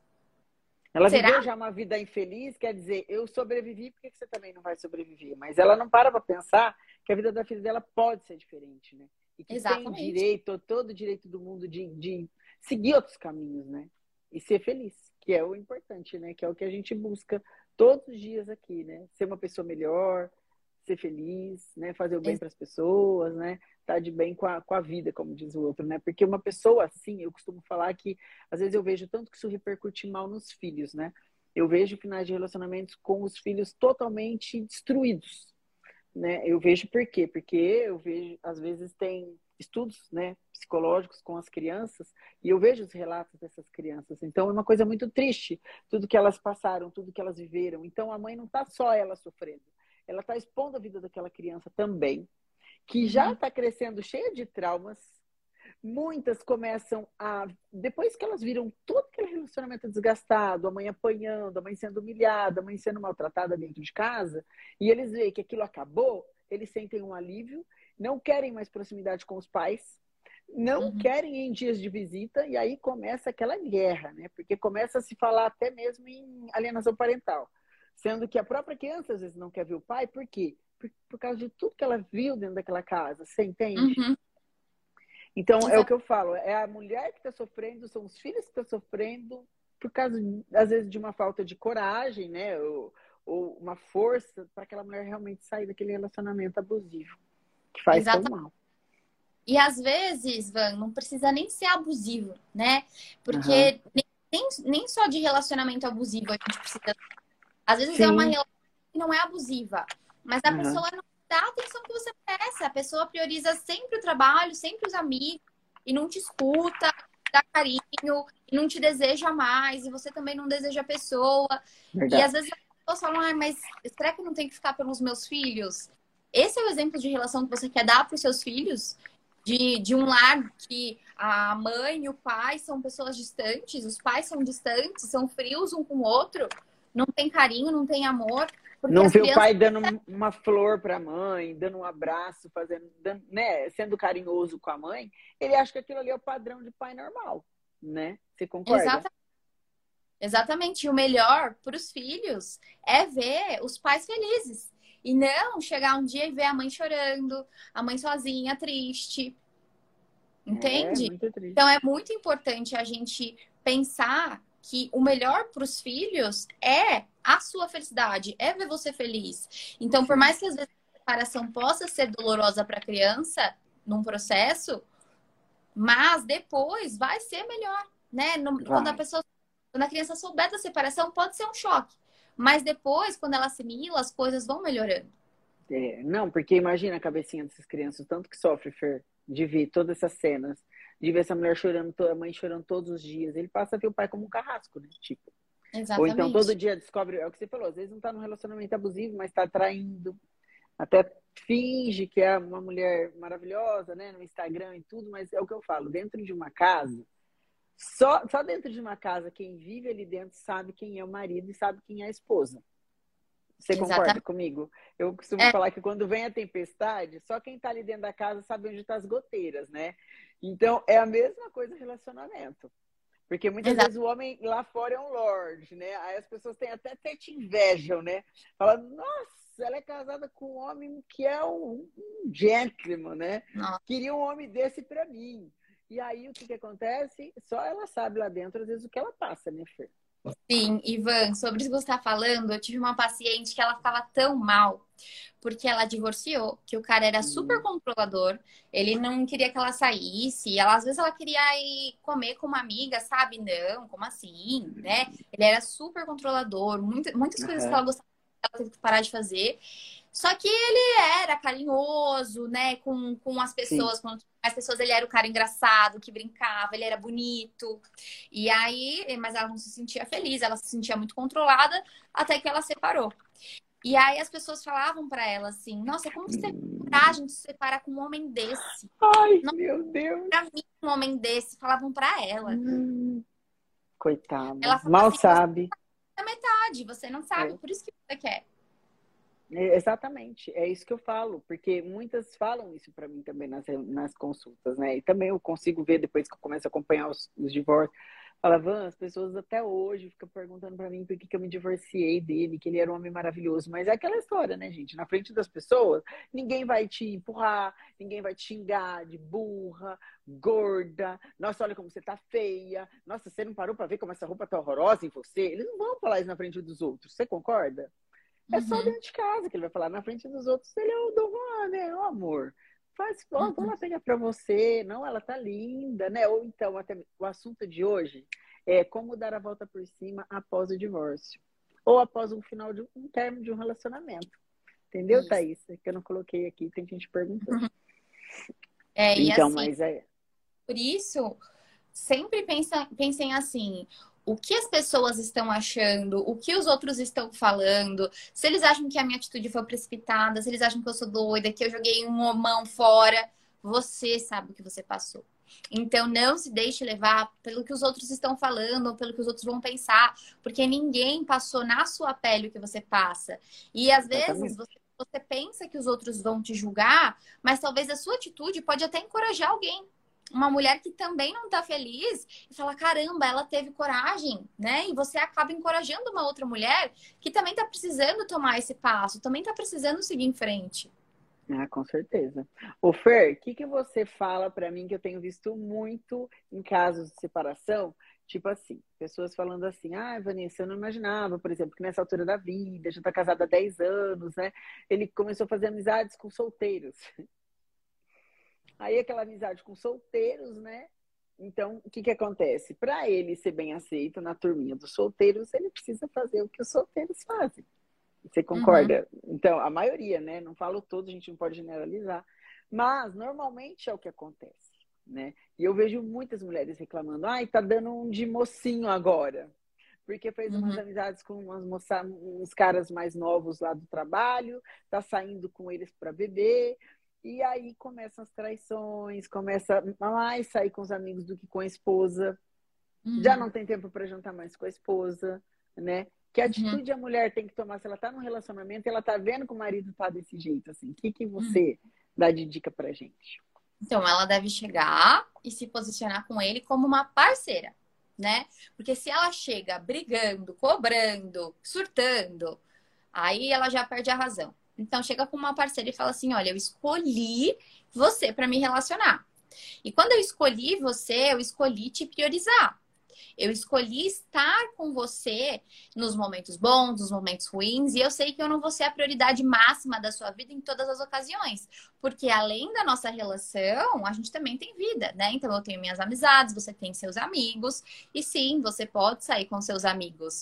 Ela Será? viveu já uma vida infeliz, quer dizer, eu sobrevivi, por que você também não vai sobreviver? Mas ela não para para pensar que a vida da filha dela pode ser diferente, né? E que tem Exatamente. direito, todo o direito do mundo de, de seguir outros caminhos, né? E ser feliz, que é o importante, né? Que é o que a gente busca todos os dias aqui, né? Ser uma pessoa melhor, ser feliz, né? Fazer o bem para as pessoas, né? Estar de bem com a, com a vida, como diz o outro, né? Porque uma pessoa assim, eu costumo falar que às vezes eu vejo tanto que isso repercute mal nos filhos, né? Eu vejo finais de relacionamentos com os filhos totalmente destruídos, né? Eu vejo por quê? Porque eu vejo, às vezes tem estudos, né, psicológicos com as crianças e eu vejo os relatos dessas crianças. Então é uma coisa muito triste, tudo que elas passaram, tudo que elas viveram. Então a mãe não está só ela sofrendo, ela está expondo a vida daquela criança também, que Uhum. já está crescendo cheia de traumas. Muitas começam a, depois que elas viram todo aquele relacionamento desgastado, a mãe apanhando, a mãe sendo humilhada, a mãe sendo maltratada dentro de casa, e eles veem que aquilo acabou, eles sentem um alívio, não querem mais proximidade com os pais, não Uhum. querem ir em dias de visita, e aí começa aquela guerra, né? Porque começa a se falar até mesmo em alienação parental. Sendo que a própria criança às vezes não quer ver o pai, por quê? Por, por causa de tudo que ela viu dentro daquela casa, você entende? Uhum. Então, é o Exato. que eu falo, é a mulher que está sofrendo, são os filhos que estão sofrendo por causa, às vezes, de uma falta de coragem, né? Ou, ou uma força para aquela mulher realmente sair daquele relacionamento abusivo. que faz tão Exatamente. mal. E às vezes, Van, não precisa nem ser abusivo, né? Aham. Porque nem, nem nem só de relacionamento abusivo a gente precisa. Às vezes é uma Sim. relação que não é abusiva, mas a Aham. pessoa não dá a atenção que você merece. A pessoa prioriza sempre o trabalho, sempre os amigos, e não te escuta, dá carinho, e não te deseja mais, e você também não deseja a pessoa. E às Verdade. vezes as pessoas falam, ah, mas será que eu não tenho que ficar pelos meus filhos? Esse é o exemplo de relação que você quer dar para os seus filhos? De, de um lar que a mãe e o pai são pessoas distantes, os pais são distantes, são frios um com o outro, não tem carinho, não tem amor, porque Não as vê o crianças. pai dando uma flor para a mãe, dando um abraço, fazendo, dando, né, sendo carinhoso com a mãe, ele acha que aquilo ali é o padrão de pai normal, né? Você concorda? Exata- Exatamente. E o melhor para os filhos é ver os pais felizes. E não chegar um dia e ver a mãe chorando, a mãe sozinha, triste. É, Entende? muito triste. Então é muito importante a gente pensar que o melhor para os filhos é a sua felicidade, é ver você feliz. Então, por Sim. mais que às vezes a separação possa ser dolorosa para a criança num processo, mas depois vai ser melhor, né? No- Quando a Vai. pessoa, quando a criança souber da separação, pode ser um choque. Mas depois, quando ela assimila, as coisas vão melhorando. É, não, porque imagina a cabecinha dessas crianças, o tanto que sofre, Fer, de ver todas essas cenas, de ver essa mulher chorando, to- a mãe chorando todos os dias. Ele passa a ver o pai como um carrasco, né? Tipo. Ou então todo Exatamente. dia descobre, é o que você falou, às vezes não tá num relacionamento abusivo, mas tá traindo, até finge que é uma mulher maravilhosa, né, no Instagram e tudo, mas é o que eu falo, dentro de uma casa, só, só dentro de uma casa, quem vive ali dentro sabe quem é o marido e sabe quem é a esposa. Você concorda Exatamente. comigo? Eu costumo É, falar que quando vem a tempestade, só quem tá ali dentro da casa sabe onde estão as goteiras, né? Então, é a mesma coisa relacionamento. Porque muitas exatamente. vezes o homem lá fora é um lord, né? Aí as pessoas têm até, até te invejam, né? Fala, nossa, ela é casada com um homem que é um, um gentleman, né? Queria um homem desse pra mim. E aí o que que acontece? Só ela sabe lá dentro, às vezes, o que ela passa, né, Fer? Sim, Ivan, sobre isso que você está falando, eu tive uma paciente que ela ficava tão mal porque ela divorciou, que o cara era super Hum, controlador, ele não queria que ela saísse, ela às vezes ela queria ir comer com uma amiga, sabe? Não, como assim, né? Ele era super controlador, muita, muitas coisas que ela aham, gostava, ela teve que parar de fazer. Só que ele era carinhoso, né, com, com as sim. pessoas, com as pessoas, ele era o cara engraçado, que brincava, ele era bonito. E aí, mas ela não se sentia feliz, ela se sentia muito controlada, até que ela separou. E aí as pessoas falavam pra ela assim: Nossa, como você tem coragem de se separar com um homem desse? Ai, Não, meu Deus. pra mim, um homem desse. Falavam pra ela. Hum, Ela coitada. falou Mal assim: Você sabe. é metade, você não sabe, É. por isso que você quer. É, exatamente, é isso que eu falo, porque muitas falam isso para mim também nas, nas consultas, né? E também eu consigo ver depois que eu começo a acompanhar os, os divórcios. Fala, Van, as pessoas até hoje ficam perguntando para mim por que, que eu me divorciei dele, que ele era um homem maravilhoso. Mas é aquela história, né, gente? Na frente das pessoas, ninguém vai te empurrar, ninguém vai te xingar de burra, gorda. Nossa, olha como você tá feia. Nossa, você não parou para ver como essa roupa tá horrorosa em você? Eles não vão falar isso na frente dos outros. Você concorda? É só Uhum, dentro de casa que ele vai falar. Na frente dos outros, ele é o Dom Juan, né? Ô, amor, faz, ó, vou uhum. lá pegar pra você. Não, ela tá linda, né? Ou então, até o assunto de hoje é como dar a volta por cima após o divórcio. Ou após um final de um término de um relacionamento. Entendeu, Isso. Thaís? É que eu não coloquei aqui, tem gente perguntando. É, e Então, assim, mas é. por isso, sempre pensa, pensem assim: o que as pessoas estão achando, o que os outros estão falando, se eles acham que a minha atitude foi precipitada, se eles acham que eu sou doida, que eu joguei um homão fora, você sabe o que você passou. Então, não se deixe levar pelo que os outros estão falando, ou pelo que os outros vão pensar, porque ninguém passou na sua pele o que você passa. E às vezes Exatamente. você, você pensa que os outros vão te julgar, mas talvez a sua atitude pode até encorajar alguém, uma mulher que também não tá feliz e fala, caramba, ela teve coragem, né? E você acaba encorajando uma outra mulher que também tá precisando tomar esse passo, também tá precisando seguir em frente. Ah, com certeza. Ô, Fer, o que, que você fala para mim que eu tenho visto muito em casos de separação? Tipo assim, pessoas falando assim, ah, Vanessa, eu não imaginava, por exemplo, que nessa altura da vida, já tá casada há dez anos, né? Ele começou a fazer amizades com solteiros. Aí aquela amizade com solteiros, né? Então, o que que acontece? Para ele ser bem aceito na turminha dos solteiros, ele precisa fazer o que os solteiros fazem. Você Uhum, concorda? Então, a maioria, né? Não falo todo, a gente não pode generalizar. Mas, normalmente, é o que acontece, né? E eu vejo muitas mulheres reclamando. Ai, tá dando um de mocinho agora. Porque fez umas uhum. amizades com umas moça, uns caras mais novos lá do trabalho, tá saindo com eles para beber. E aí começam as traições, começa a mais sair com os amigos do que com a esposa. Já Uhum, não tem tempo para jantar mais com a esposa, né? Que uhum, atitude a mulher tem que tomar se ela tá num relacionamento e ela tá vendo que o marido tá desse jeito, assim? O que que uhum. você dá de dica pra gente? Então, ela deve chegar e se posicionar com ele como uma parceira, né? Porque se ela chega brigando, cobrando, surtando, aí ela já perde a razão. Então, chega com uma parceira e fala assim: olha, eu escolhi você para me relacionar. E quando eu escolhi você, eu escolhi te priorizar. Eu escolhi estar com você nos momentos bons, nos momentos ruins, e eu sei que eu não vou ser a prioridade máxima da sua vida em todas as ocasiões, porque além da nossa relação, a gente também tem vida, né? Então eu tenho minhas amizades, você tem seus amigos, e sim, você pode sair com seus amigos,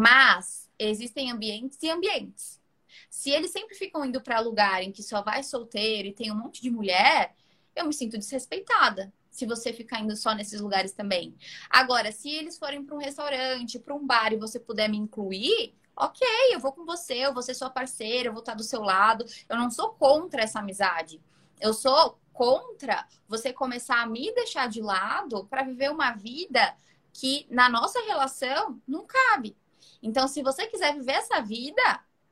mas existem ambientes e ambientes. Se eles sempre ficam indo para lugar em que só vai solteiro e tem um monte de mulher, eu me sinto desrespeitada. Se você ficar indo só nesses lugares também. Agora, se eles forem para um restaurante, para um bar e você puder me incluir, ok, eu vou com você, eu vou ser sua parceira, eu vou estar do seu lado. Eu não sou contra essa amizade. Eu sou contra você começar a me deixar de lado para viver uma vida que na nossa relação não cabe. Então, se você quiser viver essa vida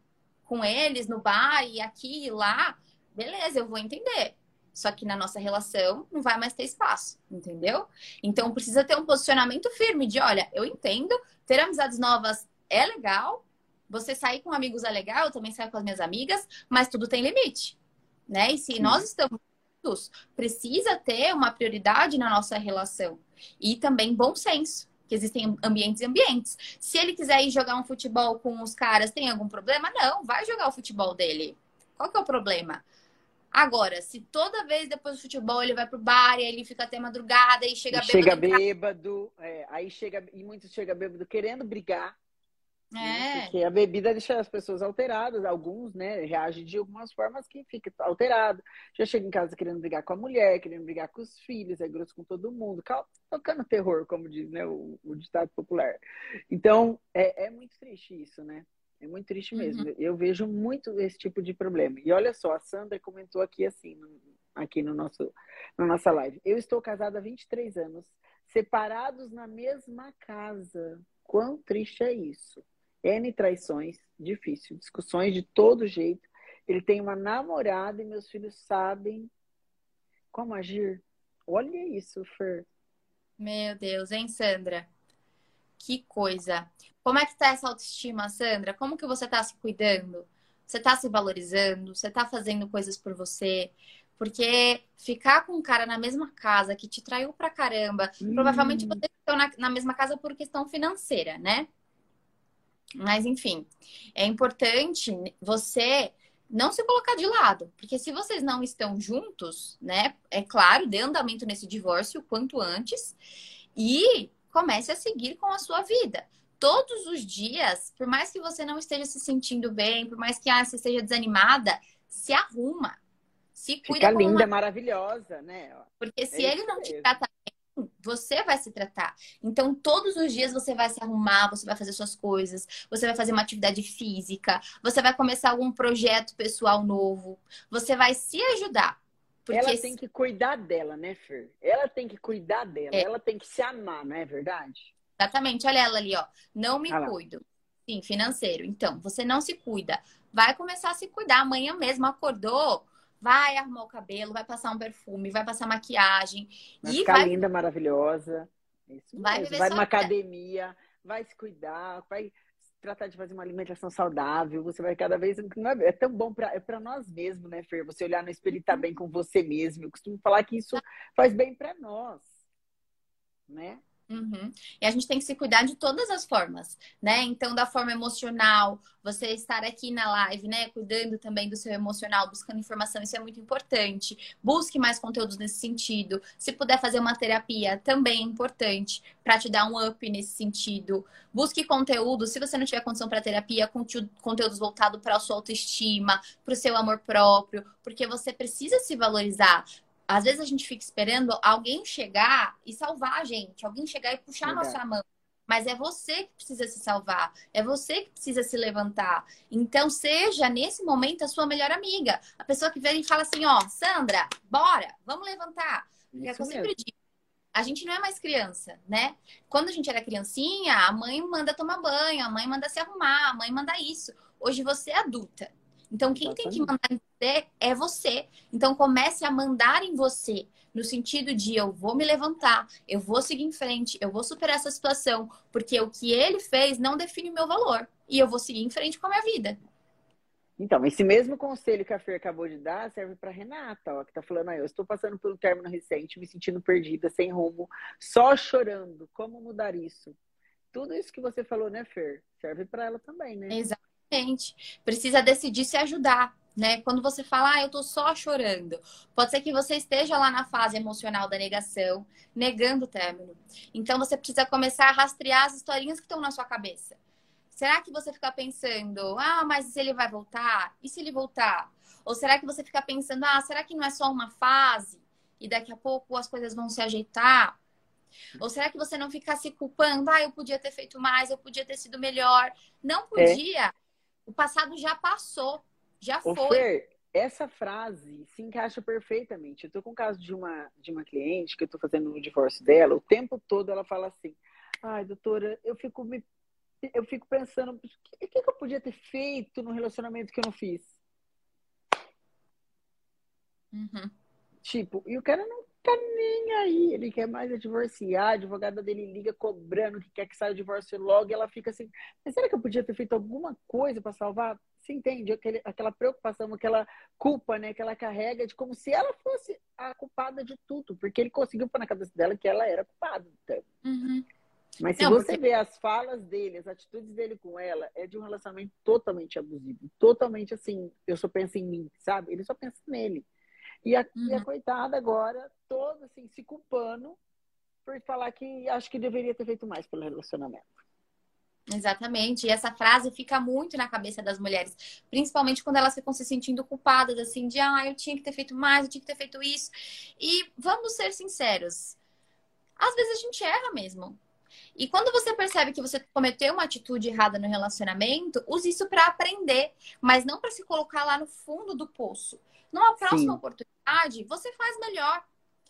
com eles no bar e aqui e lá, beleza, eu vou entender. Só que na nossa relação não vai mais ter espaço, entendeu? Então precisa ter um posicionamento firme de, olha, eu entendo, ter amizades novas é legal, você sair com amigos é legal, eu também saio com as minhas amigas, mas tudo tem limite, né? E se nós Sim. estamos juntos, precisa ter uma prioridade na nossa relação e também bom senso. Que existem ambientes e ambientes. Se ele quiser ir jogar um futebol com os caras, tem algum problema? Não, vai jogar o futebol dele. Qual que é o problema? Agora, se toda vez depois do futebol ele vai pro bar e aí ele fica até madrugada e E chega bêbado chega em casa. bêbado, é, aí chega, e muitos chegam bêbado querendo brigar, né? É. Porque a bebida deixa as pessoas alteradas, alguns, né, reagem de algumas formas que fica alterado. Já chega em casa querendo brigar com a mulher, querendo brigar com os filhos, é grosso com todo mundo, tocando terror, como diz, né, o, o ditado popular. Então, é, é muito triste isso, né? É muito triste Uhum. mesmo. Eu vejo muito esse tipo de problema. E olha só, a Sandra comentou aqui assim, no- aqui no nosso, na nossa live. Eu estou casada há vinte e três anos, separados na mesma casa. Quão triste é isso? N traições, difícil, discussões de todo jeito. Ele tem uma namorada e meus filhos sabem como agir. Olha isso, Fer. Meu Deus, hein, Sandra? Que coisa. Como é que tá essa autoestima, Sandra? Como que você tá se cuidando? Você tá se valorizando? Você tá fazendo coisas por você? Porque ficar com um cara na mesma casa que te traiu pra caramba, provavelmente Hum, vocês estão na, na mesma casa por questão financeira, né? Mas enfim, é importante você não se colocar de lado, porque se vocês não estão juntos, né? É claro, dê andamento nesse divórcio o quanto antes e comece a seguir com a sua vida. Todos os dias, por mais que você não esteja se sentindo bem, por mais que ah, você esteja desanimada, se arruma, se cuida fica como uma. linda, maravilhosa, né? Porque se É ele isso não te mesmo. trata bem, você vai se tratar. Então, todos os dias você vai se arrumar, você vai fazer suas coisas, você vai fazer uma atividade física, você vai começar algum projeto pessoal novo, você vai se ajudar. Ela Porque tem que cuidar dela, né, Fer? Ela tem que cuidar dela, é, ela tem que se amar, não é verdade? exatamente, olha ela ali, ó. Não me Olha lá. cuido. Sim, financeiro. Então, você não se cuida. Vai começar a se cuidar. Amanhã mesmo acordou, vai arrumar o cabelo, vai passar um perfume, vai passar maquiagem Vai e ficar vai viver, linda, maravilhosa. É isso vai mesmo. viver Vai sua numa vida. academia, vai se cuidar, vai tratar de fazer uma alimentação saudável. Você vai cada vez. Não é, é tão bom para é para nós mesmos, né, Fer? Você olhar no espelho e estar bem com você mesmo. Eu costumo falar que isso faz bem para nós, né? Uhum. E a gente tem que se cuidar de todas as formas, né? Então, da forma emocional, você estar aqui na live, né? Cuidando também do seu emocional, buscando informação, isso é muito importante. Busque mais conteúdos nesse sentido. Se puder fazer uma terapia, também é importante para te dar um up nesse sentido. Busque conteúdo, se você não tiver condição para terapia, conteúdo- conteúdos voltados para a sua autoestima, para o seu amor próprio, porque você precisa se valorizar. Às vezes a gente fica esperando alguém chegar e salvar a gente, alguém chegar e puxar a Verdade. nossa mão. Mas é você que precisa se salvar, é você que precisa se levantar. Então, seja nesse momento a sua melhor amiga. A pessoa que vem e fala assim: ó, Sandra, bora, vamos levantar. Porque é o que Isso eu sempre mesmo. digo. A gente não é mais criança, né? Quando a gente era criancinha, a mãe manda tomar banho, a mãe manda se arrumar, a mãe manda isso. Hoje você é adulta. Então, quem tem que Exatamente. mandar em você é você. Então, comece a mandar em você, no sentido de eu vou me levantar, eu vou seguir em frente, eu vou superar essa situação, porque o que ele fez não define o meu valor. E eu vou seguir em frente com a minha vida. Então, esse mesmo conselho que a Fer acabou de dar serve para Renata, ó, que tá falando aí, eu estou passando por um término recente, me sentindo perdida, sem rumo, só chorando. Como mudar isso? Tudo isso que você falou, né, Fer? Serve para ela também, né? Exatamente. Precisa decidir se ajudar, né? Quando você fala, ah, eu tô só chorando, pode ser que você esteja lá na fase emocional da negação, negando o término. Então você precisa começar a rastrear as historinhas que estão na sua cabeça. Será que você fica pensando, ah, mas e se ele vai voltar? E se ele voltar? Ou será que você fica pensando, ah, será que não é só uma fase? E daqui a pouco as coisas vão se ajeitar? Ou será que você não fica se culpando? Ah, eu podia ter feito mais, eu podia ter sido melhor. Não É. podia. O passado já passou, já Ô, foi. Fer, essa frase se encaixa perfeitamente. Eu tô com o caso de uma, de uma cliente que eu tô fazendo o divórcio dela, o tempo todo ela fala assim, ai, doutora, eu fico me eu fico pensando, o que, que eu podia ter feito no relacionamento que eu não fiz? Uhum. Tipo, e o cara não tá nem aí, ele quer mais é divorciar, a advogada dele liga cobrando que quer que saia o divórcio logo, e ela fica assim, mas será que eu podia ter feito alguma coisa para salvar? Você entende? Aquele, aquela preocupação, aquela culpa, né, que ela carrega de como se ela fosse a culpada de tudo, porque ele conseguiu pôr na cabeça dela que ela era culpada. Então. Uhum. Mas se Não, você porque. vê as falas dele, as atitudes dele com ela, é de um relacionamento totalmente abusivo. Totalmente assim, eu só penso em mim, sabe? Ele só pensa nele. E a, e a Uhum. coitada agora, toda assim, se culpando por falar que acho que deveria ter feito mais pelo relacionamento. Exatamente. E essa frase fica muito na cabeça das mulheres, principalmente quando elas ficam se sentindo culpadas, assim, de ah, eu tinha que ter feito mais, eu tinha que ter feito isso. E vamos ser sinceros, às vezes a gente erra mesmo. E quando você percebe que você cometeu uma atitude errada no relacionamento, use isso para aprender, mas não para se colocar lá no fundo do poço. Numa próxima Sim, oportunidade, você faz melhor.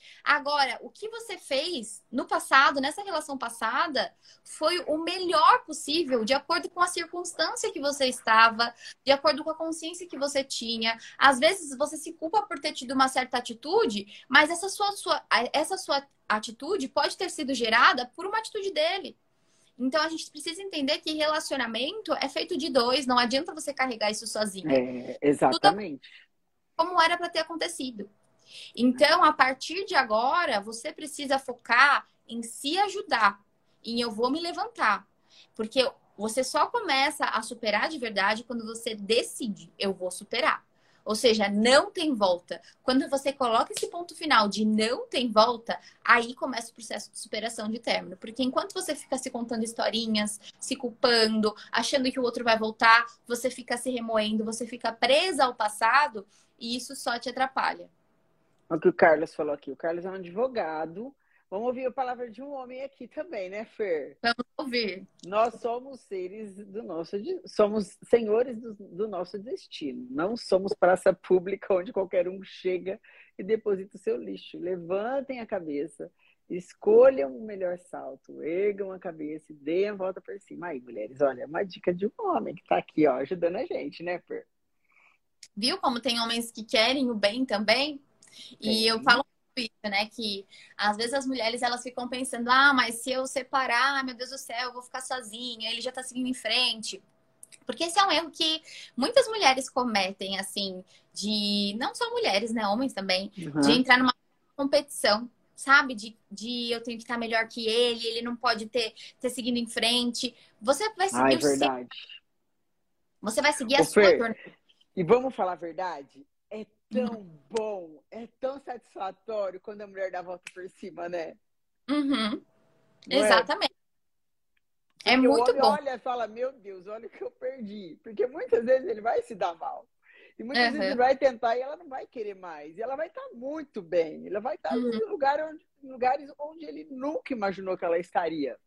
Agora, o que você fez no passado, nessa relação passada, foi o melhor possível, de acordo com a circunstância que você estava, de acordo com a consciência que você tinha. Às vezes você se culpa por ter tido uma certa atitude, mas essa sua, sua, essa sua atitude pode ter sido gerada por uma atitude dele. Então a gente precisa entender que relacionamento é feito de dois, não adianta você carregar isso sozinha. é, Tudo exatamente. como era para ter acontecido. Então, a partir de agora, você precisa focar em se ajudar, em eu vou me levantar. Porque você só começa a superar de verdade quando você decide, eu vou superar. Ou seja, não tem volta. Quando você coloca esse ponto final de não tem volta, aí começa o processo de superação de término. Porque enquanto você fica se contando historinhas, se culpando, achando que o outro vai voltar, você fica se remoendo, você fica presa ao passado e isso só te atrapalha. O que o Carlos falou aqui. O Carlos é um advogado. Vamos ouvir a palavra de um homem aqui também, né, Fer? Vamos ouvir. Nós somos seres do nosso, somos senhores do, do nosso destino. Não somos praça pública onde qualquer um chega e deposita o seu lixo. Levantem a cabeça, escolham o melhor salto, ergam a cabeça e deem a volta por cima. Aí, mulheres, olha, uma dica de um homem que tá aqui, ó, ajudando a gente, né, Fer? Viu como tem homens que querem o bem também? E eu Tem. falo isso, né? Que às vezes as mulheres elas ficam pensando, ah, mas se eu separar, meu Deus do céu, eu vou ficar sozinha, ele já tá seguindo em frente. Porque esse é um erro que muitas mulheres cometem, assim, de. Não só mulheres, né? Homens também, de Uhum. entrar numa competição. sabe? De, de eu tenho que estar melhor que ele, ele não pode ter, ter seguido em frente. Você vai Ai, seguir o seu, verdade. você vai seguir a Ô, sua Fer, jornada. e vamos falar a verdade? É tão bom, é tão satisfatório quando a mulher dá a volta por cima, né? Uhum, Não é? exatamente. É Porque o muito homem bom. olha e fala, meu Deus, olha o que eu perdi. Porque muitas vezes ele vai se dar mal. E muitas vezes ele Uhum, vai tentar e ela não vai querer mais. E ela vai estar muito bem. Ela vai estar uhum, em lugar onde, em lugares onde ele nunca imaginou que ela estaria.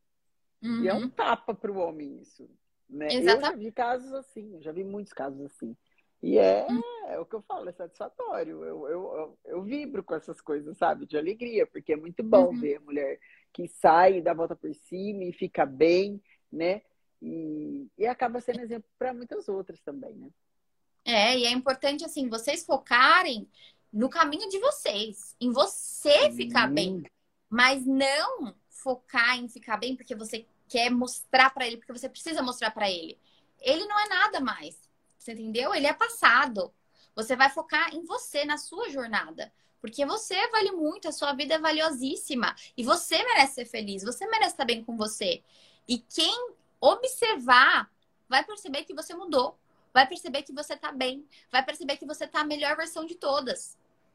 E é um uhum, tapa para o homem isso. Né? Eu já exatamente. vi casos assim, eu já vi muitos casos assim. E é, é o que eu falo, é satisfatório. Eu, eu, eu, eu vibro com essas coisas, sabe? De alegria, porque é muito bom Uhum. ver a mulher que sai e dá a volta por cima e fica bem, né? E, e acaba sendo exemplo para muitas outras também, né? É, e é importante, assim, vocês focarem no caminho de vocês, em você ficar bem, Sim, mas não focar em ficar bem porque você quer mostrar pra ele, porque você precisa mostrar pra ele. Ele não é nada mais, você entendeu? Ele é passado. Você vai focar em você, na sua jornada, porque você vale muito, a sua vida é valiosíssima e você merece ser feliz, você merece estar bem com você. E quem observar vai perceber que você mudou. Vai perceber que você tá bem. Vai perceber que você tá a melhor versão de todas.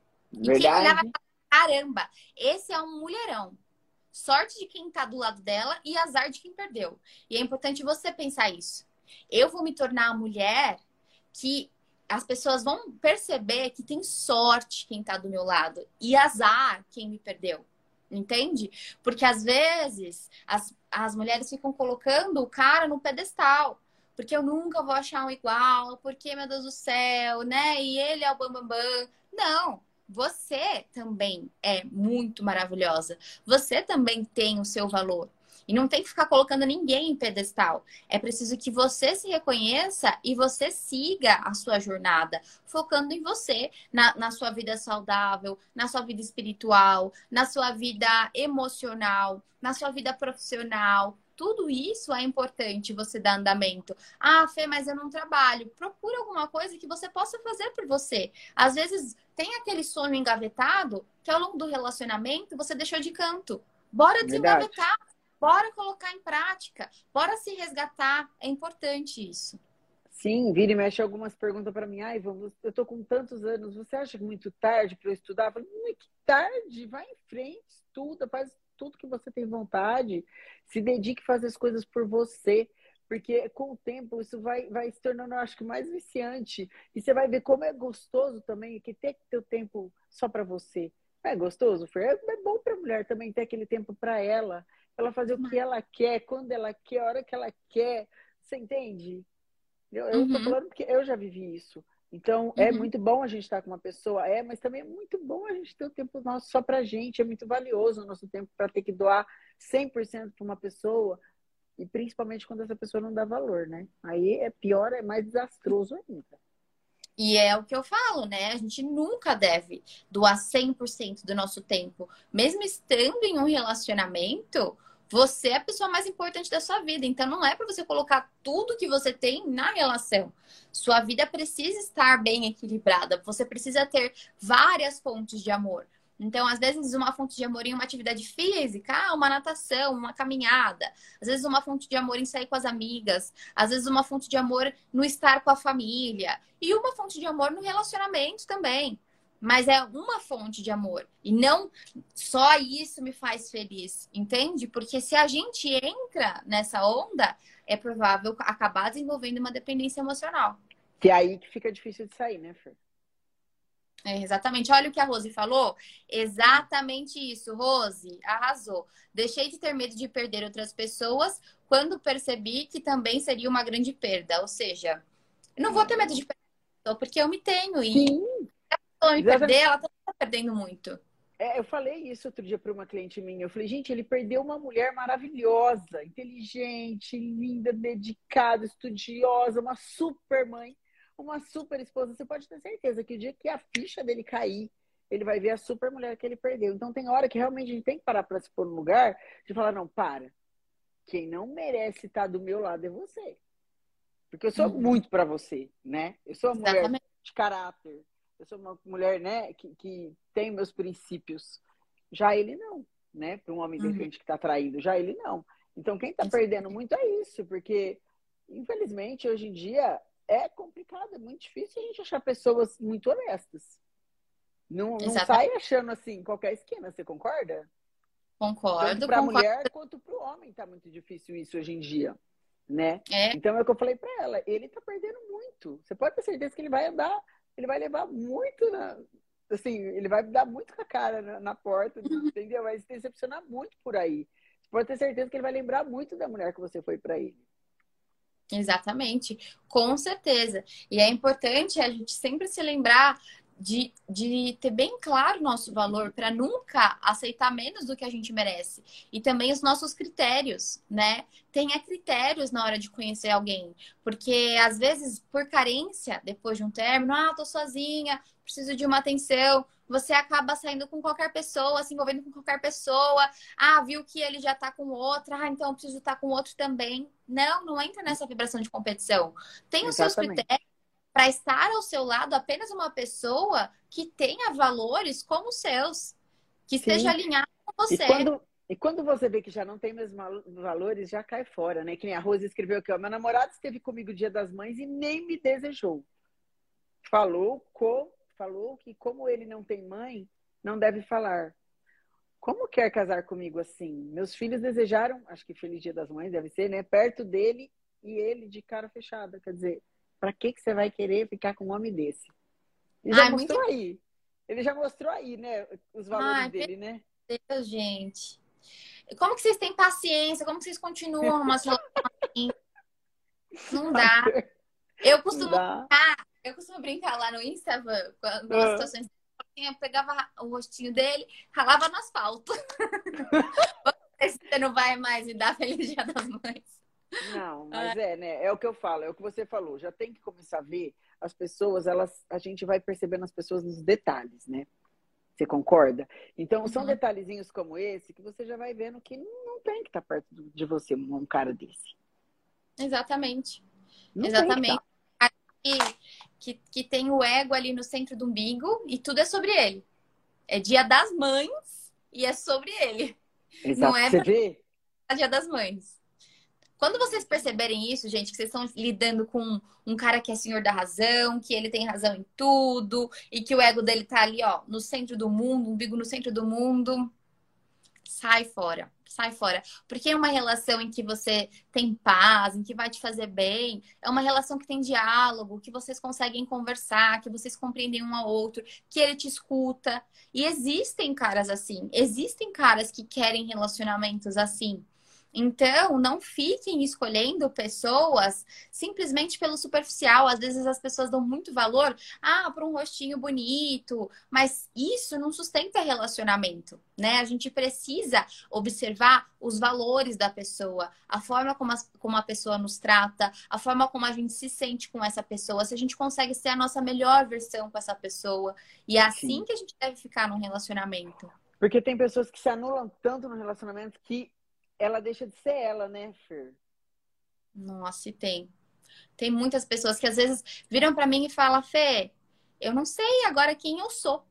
E quem olhar vai verdade. falar, caramba, esse é um mulherão. Sorte de quem tá do lado dela e azar de quem perdeu. E é importante você pensar isso. Eu vou me tornar a mulher que as pessoas vão perceber que tem sorte quem tá do meu lado e azar quem me perdeu. Entende? Porque às vezes as, as mulheres ficam colocando o cara no pedestal. Porque eu nunca vou achar um igual, porque, meu Deus do céu, né? E ele é o bambambam. Bam, bam. Não, você também é muito maravilhosa. Você também tem o seu valor. E não tem que ficar colocando ninguém em pedestal. É preciso que você se reconheça e você siga a sua jornada, focando em você, na, na sua vida saudável, na sua vida espiritual, na sua vida emocional, na sua vida profissional. Tudo isso é importante você dar andamento. Ah, Fê, mas eu não trabalho. Procura alguma coisa que você possa fazer por você. Às vezes tem aquele sonho engavetado que ao longo do relacionamento você deixou de canto. Bora Verdade. desengavetar, bora colocar em prática, bora se resgatar. É importante isso. Sim, vira e mexe algumas perguntas para mim. Ai, vamos, eu tô com tantos anos, você acha muito tarde para eu estudar? Eu falei, não é que tarde, vai em frente, estuda, faz tudo que você tem vontade, se dedique a fazer as coisas por você, porque com o tempo isso vai, vai se tornando, eu acho que mais viciante. E você vai ver como é gostoso também, que ter que ter o tempo só para você. Não é gostoso, Fer? É bom para a mulher também ter aquele tempo para ela, ela fazer o que ela quer, quando ela quer, a hora que ela quer. Você entende? Eu, eu tô Uhum, falando porque eu já vivi isso. Então, é uhum. muito bom a gente estar com uma pessoa, é, mas também é muito bom a gente ter o tempo nosso só pra gente. É muito valioso o nosso tempo para ter que doar cem por cento para uma pessoa, e principalmente quando essa pessoa não dá valor, né? Aí é pior, é mais desastroso ainda. E é o que eu falo, né? A gente nunca deve doar cem por cento do nosso tempo. Mesmo estando em um relacionamento, você é a pessoa mais importante da sua vida. Então não é para você colocar tudo que você tem na relação. Sua vida precisa estar bem equilibrada. Você precisa ter várias fontes de amor. Então, às vezes, uma fonte de amor em uma atividade física, ah, uma natação, uma caminhada. Às vezes, uma fonte de amor em sair com as amigas. Às vezes, uma fonte de amor no estar com a família. E uma fonte de amor no relacionamento também. Mas é uma fonte de amor. E não só isso me faz feliz, entende? Porque se a gente entra nessa onda, é provável acabar desenvolvendo uma dependência emocional. Que é aí que fica difícil de sair, né, Fer? É, exatamente. Olha o que a Rose falou. Exatamente isso, Rose. Arrasou. Deixei de ter medo de perder outras pessoas quando percebi que também seria uma grande perda. Ou seja, eu não vou ter medo É. de perder a pessoa porque eu me tenho. E se Sim, ela me perder, exatamente. ela também está perdendo muito. É, eu falei isso outro dia para uma cliente minha. Eu falei, gente, ele perdeu uma mulher maravilhosa, inteligente, linda, dedicada, estudiosa, uma super mãe, uma super esposa. Você pode ter certeza que o dia que a ficha dele cair, ele vai ver a super mulher que ele perdeu. Então tem hora que realmente a gente tem que parar para se pôr no lugar de falar, não, para. Quem não merece estar do meu lado é você. Porque eu sou Uhum. muito para você, né? Eu sou uma mulher Exatamente. de caráter. Eu sou uma mulher, né, que, que tem meus princípios. Já ele não, né? Para um homem, de Uhum. repente, que está traindo, já ele não. Então, quem está perdendo muito é isso, porque, infelizmente, hoje em dia é complicado, é muito difícil a gente achar pessoas muito honestas. Não, não sai Exatamente. achando assim, qualquer esquina, você concorda? Tanto Concordo, para a concordo. mulher quanto para o homem está muito difícil isso hoje em dia, né? É, Então é o que eu falei para ela, ele está perdendo muito. Você pode ter certeza que ele vai andar, ele vai levar muito, na, assim, ele vai dar muito com a cara na, na porta, entendeu? Vai se decepcionar muito por aí. Você pode ter certeza que ele vai lembrar muito da mulher que você foi para ele. exatamente, com certeza. E é importante a gente sempre se lembrar de, de ter bem claro o nosso valor para nunca aceitar menos do que a gente merece. E também os nossos critérios, né? Tenha critérios na hora de conhecer alguém. Porque, às vezes, por carência, depois de um término, ah, tô sozinha, preciso de uma atenção. Você acaba saindo com qualquer pessoa, se envolvendo com qualquer pessoa. Ah, viu que ele já tá com outra, ah, então eu preciso estar com outro também. Não, não entra nessa vibração de competição. Tem os seus Exatamente. critérios para estar ao seu lado apenas uma pessoa que tenha valores como os seus, que esteja Sim. alinhado com E você. quando, e quando você vê que já não tem mesmo valores, já cai fora, né? Que nem a Rose escreveu aqui, ó, meu namorado esteve comigo Dia das Mães e nem me desejou. Falou, co, falou que como ele não tem mãe, não deve falar. Como quer casar comigo assim? Meus filhos desejaram, acho que Feliz Dia das Mães deve ser, né? Perto dele e ele de cara fechada. Quer dizer, para que que você vai querer ficar com um homem desse? Ele já Ai, muito. mostrou aí. Ele já mostrou aí, né? Os valores Ai, pelo dele, né? Deus, gente. Como que vocês têm paciência? Como que vocês continuam umas relações? Não Ai, dá. Eu não costumo dá. brincar, eu costumo brincar lá no Instagram, quando as Ah. situações assim, eu pegava o rostinho dele, ralava no asfalto. Você não vai mais me dar Feliz Dia das Mães. Não, mas é, né? É o que eu falo, é o que você falou. Já tem que começar a ver as pessoas, elas, a gente vai percebendo as pessoas nos detalhes, né? Você concorda? Então, são Uhum. detalhezinhos como esse que você já vai vendo que não tem que estar perto de você um cara desse. Exatamente. Não tem que Exatamente. estar. Que, que, que tem o ego ali no centro do umbigo e tudo é sobre ele. É Dia das Mães e é sobre ele. Não Exato. é Você pra vê? Dia das Mães. Quando vocês perceberem isso, gente, que vocês estão lidando com um cara que é senhor da razão, que ele tem razão em tudo, e que o ego dele tá ali, ó, no centro do mundo, umbigo no centro do mundo, sai fora. Sai fora. Porque é uma relação em que você tem paz, em que vai te fazer bem. É uma relação que tem diálogo, que vocês conseguem conversar, que vocês compreendem um ao outro, que ele te escuta. E existem caras assim. Existem caras que querem relacionamentos assim. Então, não fiquem escolhendo pessoas simplesmente pelo superficial. Às vezes as pessoas dão muito valor, ah, para um rostinho bonito, mas isso não sustenta relacionamento, né? A gente precisa observar os valores da pessoa, a forma como a, como a pessoa nos trata, a forma como a gente se sente com essa pessoa, se a gente consegue ser a nossa melhor versão com essa pessoa. E é assim Sim. que a gente deve ficar num relacionamento. Porque tem pessoas que se anulam tanto no relacionamento que ela deixa de ser ela, né, Fer? Nossa, e tem. Tem muitas pessoas que às vezes viram para mim e falam, Fê, eu não sei agora quem eu sou.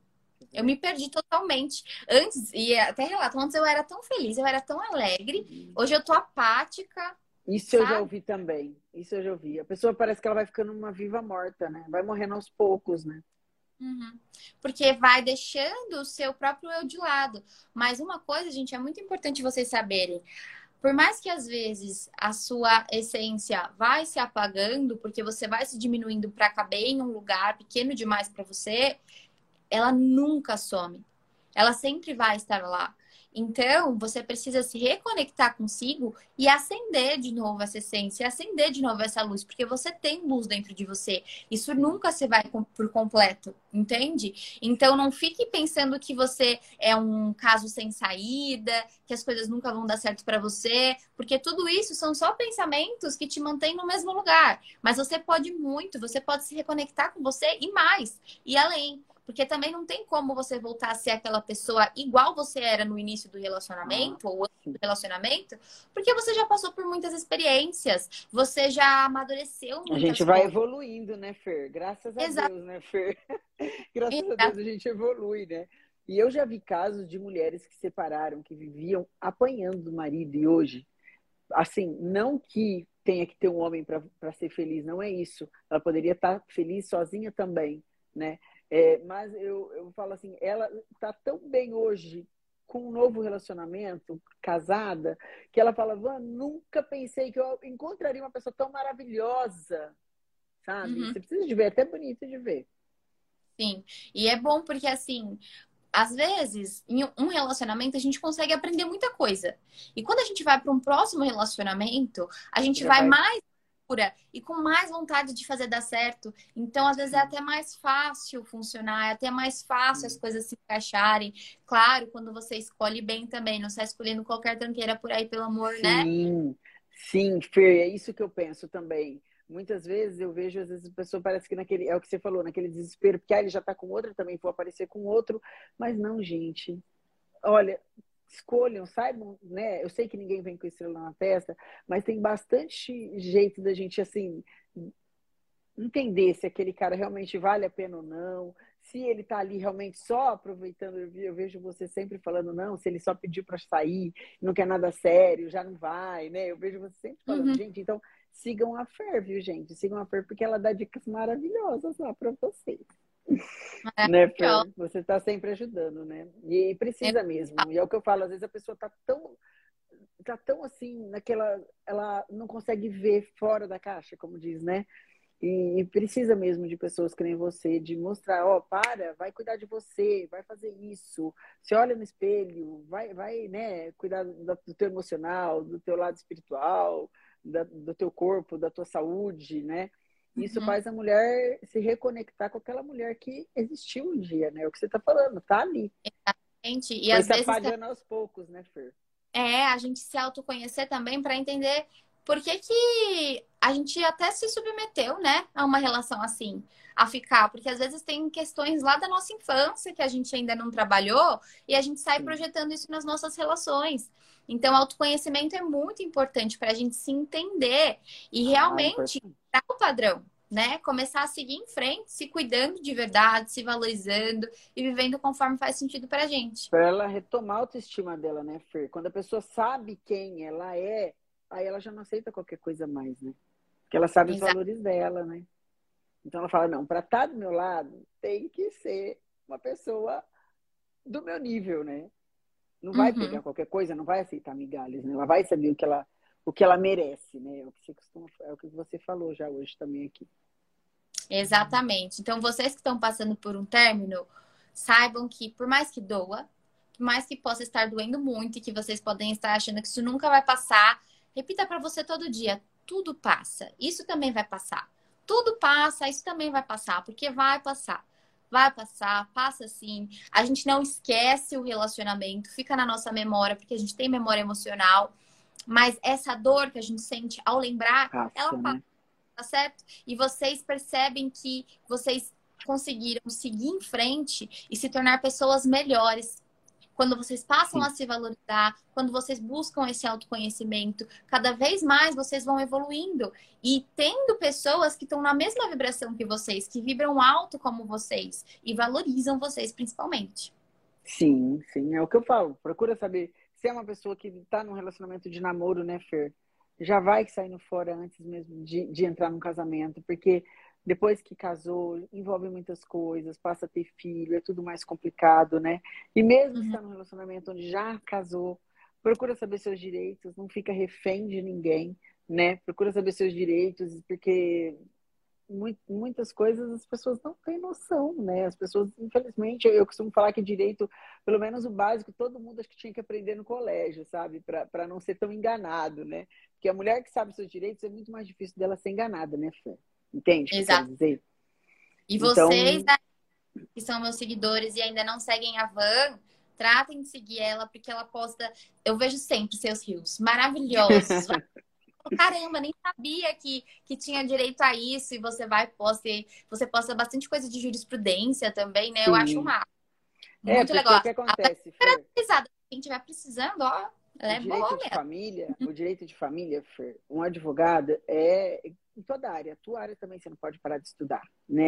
Eu me perdi totalmente. Antes, e até relato, antes eu era tão feliz, eu era tão alegre. Hoje eu tô apática, Isso eu já sabe? ouvi também. Isso eu já ouvi. A pessoa parece que ela vai ficando uma viva morta, né? Vai morrendo aos poucos, né? Uhum. Porque vai deixando o seu próprio eu de lado. Mas uma coisa, gente, é muito importante vocês saberem. Por mais que às vezes a sua essência vai se apagando, porque você vai se diminuindo para caber em um lugar pequeno demais para você, ela nunca some. Ela sempre vai estar lá. Então, você precisa se reconectar consigo e acender de novo essa essência, acender de novo essa luz, porque você tem luz dentro de você. Isso nunca se vai por completo, entende? Então, não fique pensando que você é um caso sem saída, que as coisas nunca vão dar certo para você, porque tudo isso são só pensamentos que te mantêm no mesmo lugar. Mas você pode muito, você pode se reconectar com você e mais, e além. Porque também não tem como você voltar a ser aquela pessoa igual você era no início do Ah, relacionamento ou antes sim. do relacionamento, porque você já passou por muitas experiências, você já amadureceu A gente muitas vai coisas. evoluindo, né, Fer? Graças a Exato. Deus, né, Fer? Graças a Deus a gente evolui, né? E eu já vi casos de mulheres que separaram, que viviam apanhando do marido e hoje, assim, não que tenha que ter um homem para ser feliz, não é isso. Ela poderia estar feliz sozinha também, né? É, mas eu, eu falo assim, ela está tão bem hoje com um novo relacionamento, casada, que ela fala, Van, nunca pensei que eu encontraria uma pessoa tão maravilhosa, sabe? Uhum. Você precisa de ver, é até bonito de ver. Sim. E é bom porque, assim, às vezes, em um relacionamento, a gente consegue aprender muita coisa. E quando a gente vai para um próximo relacionamento, a gente Já vai vai. mais pura e com mais vontade de fazer dar certo. Então, às vezes, é até mais fácil funcionar, é até mais fácil as coisas se encaixarem. Claro, quando você escolhe bem também, não sai escolhendo qualquer tranqueira por aí, pelo amor, né? Sim, sim, Fer, é isso que eu penso também. Muitas vezes eu vejo, às vezes a pessoa parece que naquele, é o que você falou, naquele desespero, porque ah, ele já tá com outra, também vou aparecer com outro, mas não, gente. Olha, escolham, saibam, né? Eu sei que ninguém vem com estrela na testa, mas tem bastante jeito da gente, assim, entender se aquele cara realmente vale a pena ou não, se ele tá ali realmente só aproveitando, eu vejo você sempre falando não, se ele só pediu para sair, não quer nada sério, já não vai, né? Eu vejo você sempre falando, Uhum. gente, então sigam a Fer, viu, gente? Sigam a Fer porque ela dá dicas maravilhosas lá para vocês. Né, Maravilhosa. Fer? Você tá sempre ajudando, né? E precisa mesmo. E é o que eu falo, às vezes a pessoa tá tão tá tão assim, naquela, ela não consegue ver fora da caixa, como diz, né? E precisa mesmo de pessoas que nem você, de mostrar, ó, oh, para, vai cuidar de você, vai fazer isso, se olha no espelho, vai, vai, né, cuidar do teu emocional, do teu lado espiritual, da, do teu corpo, da tua saúde, né? Isso Uhum. faz a mulher se reconectar com aquela mulher que existiu um dia, né? É o que você tá falando, tá ali. Gente, e Foi às se vezes apagando aos poucos, né, Fer? é a gente se autoconhecer também para entender por que que a gente até se submeteu, né, a uma relação assim, a ficar, porque às vezes tem questões lá da nossa infância que a gente ainda não trabalhou e a gente sai Sim. projetando isso nas nossas relações. Então, autoconhecimento é muito importante para a gente se entender e Ah, realmente importante. dar o padrão, né? Começar a seguir em frente, se cuidando de verdade, se valorizando e vivendo conforme faz sentido para a gente. Para ela retomar a autoestima dela, né, Fer? Quando a pessoa sabe quem ela é, aí ela já não aceita qualquer coisa mais, né? Porque ela sabe os Exato. valores dela, né? Então ela fala, não, para estar do meu lado, tem que ser uma pessoa do meu nível, né? Não vai pegar Uhum. qualquer coisa, não vai aceitar migalhas, né? Ela vai saber o que ela, o que ela merece, né? É o que você costuma, é o que você falou já hoje também aqui. Exatamente. Então, vocês que estão passando por um término, saibam que, por mais que doa, por mais que possa estar doendo muito e que vocês podem estar achando que isso nunca vai passar, repita para você todo dia: tudo passa. Isso também vai passar. Tudo passa, isso também vai passar, porque vai passar. Vai passar, passa sim. A gente não esquece o relacionamento, fica na nossa memória, porque a gente tem memória emocional. Mas essa dor que a gente sente ao lembrar, ela Passa, passa, né? tá certo? E vocês percebem que vocês conseguiram seguir em frente e se tornar pessoas melhores. Quando vocês passam a Sim. se valorizar, quando vocês buscam esse autoconhecimento, cada vez mais vocês vão evoluindo e tendo pessoas que estão na mesma vibração que vocês, que vibram alto como vocês e valorizam vocês principalmente. Sim, sim, é o que eu falo. Procura saber se é uma pessoa que está num relacionamento de namoro, né, Fer? Já vai saindo fora antes mesmo de, de entrar num casamento, porque depois que casou, envolve muitas coisas, passa a ter filho, é tudo mais complicado, né? E mesmo se Uhum. está num relacionamento onde já casou, procura saber seus direitos, não fica refém de ninguém, né? Procura saber seus direitos, porque muitas coisas as pessoas não têm noção, né? As pessoas, infelizmente, eu costumo falar que direito, pelo menos o básico, todo mundo acho que tinha que aprender no colégio, sabe? Para não ser tão enganado, né? Porque a mulher que sabe seus direitos é muito mais difícil dela ser enganada, né, Fê? Entende o que eu quero Exato. dizer? E vocês, Então, que são meus seguidores e ainda não seguem a Van, tratem de seguir ela, porque ela posta. Eu vejo sempre seus rios maravilhosos. Caramba, nem sabia que, que tinha direito a isso. E você vai posta, você posta bastante coisa de jurisprudência também, né? Eu acho sim. uma É, muito porque o legal. que Até acontece, Fer? pesada. Quem estiver precisando, ó, ela O é boa direito de mesmo. família, o direito de família, Fer, um advogado é em toda área. A tua área também você não pode parar de estudar, né?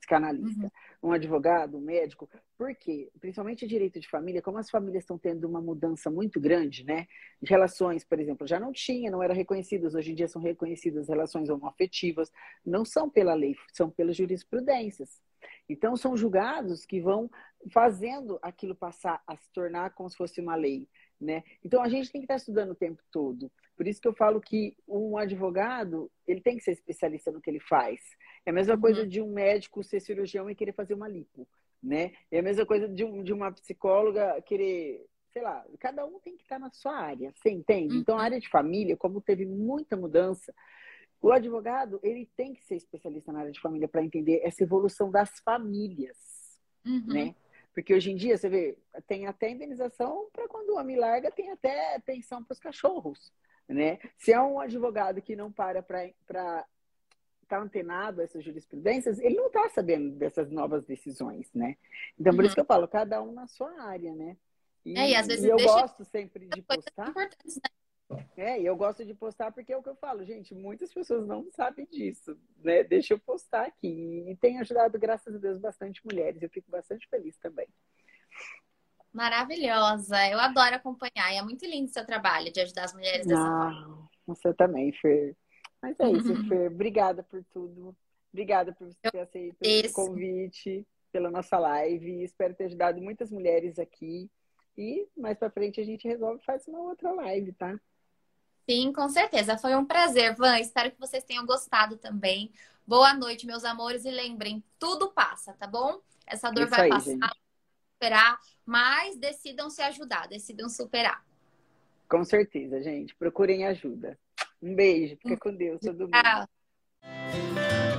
psicanalista, Uhum. um advogado, um médico. Por quê? Principalmente direito de família, como as famílias estão tendo uma mudança muito grande, né? De relações, por exemplo, já não tinha, não eram reconhecidas, hoje em dia são reconhecidas relações homoafetivas, não são pela lei, são pelas jurisprudências. Então, são julgados que vão fazendo aquilo passar a se tornar como se fosse uma lei, né? Então, a gente tem que estar estudando o tempo todo. Por isso que eu falo que um advogado, ele tem que ser especialista no que ele faz. É a mesma Uhum. coisa de um médico ser cirurgião e querer fazer uma lipo, né? É a mesma coisa de, um, de uma psicóloga querer, sei lá, cada um tem que estar na sua área, você entende? Então, a Uhum. área de família, como teve muita mudança, o advogado, ele tem que ser especialista na área de família para entender essa evolução das famílias, Uhum. né? Porque hoje em dia, você vê, tem até indenização para quando o homem larga, tem até pensão para os cachorros, né? Se é um advogado que não para para estar antenado a essas jurisprudências, ele não está sabendo dessas novas decisões, né? Então, por isso Uhum. que eu falo, cada um na sua área, né? É, e às E, e vezes eu deixa de gosto sempre de coisas postar. importantes, né? É, e eu gosto de postar porque é o que eu falo, gente, muitas pessoas não sabem disso, né? Deixa eu postar aqui. E tem ajudado, graças a Deus, bastante mulheres. Eu fico bastante feliz também. Maravilhosa. Eu adoro acompanhar. E é muito lindo o seu trabalho de ajudar as mulheres dessa forma. Ah, você também, Fer. Mas é isso, Fer. Obrigada por tudo. Obrigada por você Eu ter aceito o agradeço. convite pela nossa live. Espero ter ajudado muitas mulheres aqui. E mais pra frente a gente resolve e faz uma outra live, tá? Sim, com certeza. Foi um prazer, Van. Espero que vocês tenham gostado também. Boa noite, meus amores. E lembrem, tudo passa, tá bom? Essa É dor isso vai aí, passar, gente. superar, mas decidam se ajudar, decidam superar. Com certeza, gente. Procurem ajuda. Um beijo. Fica com Deus, todo mundo. Tchau.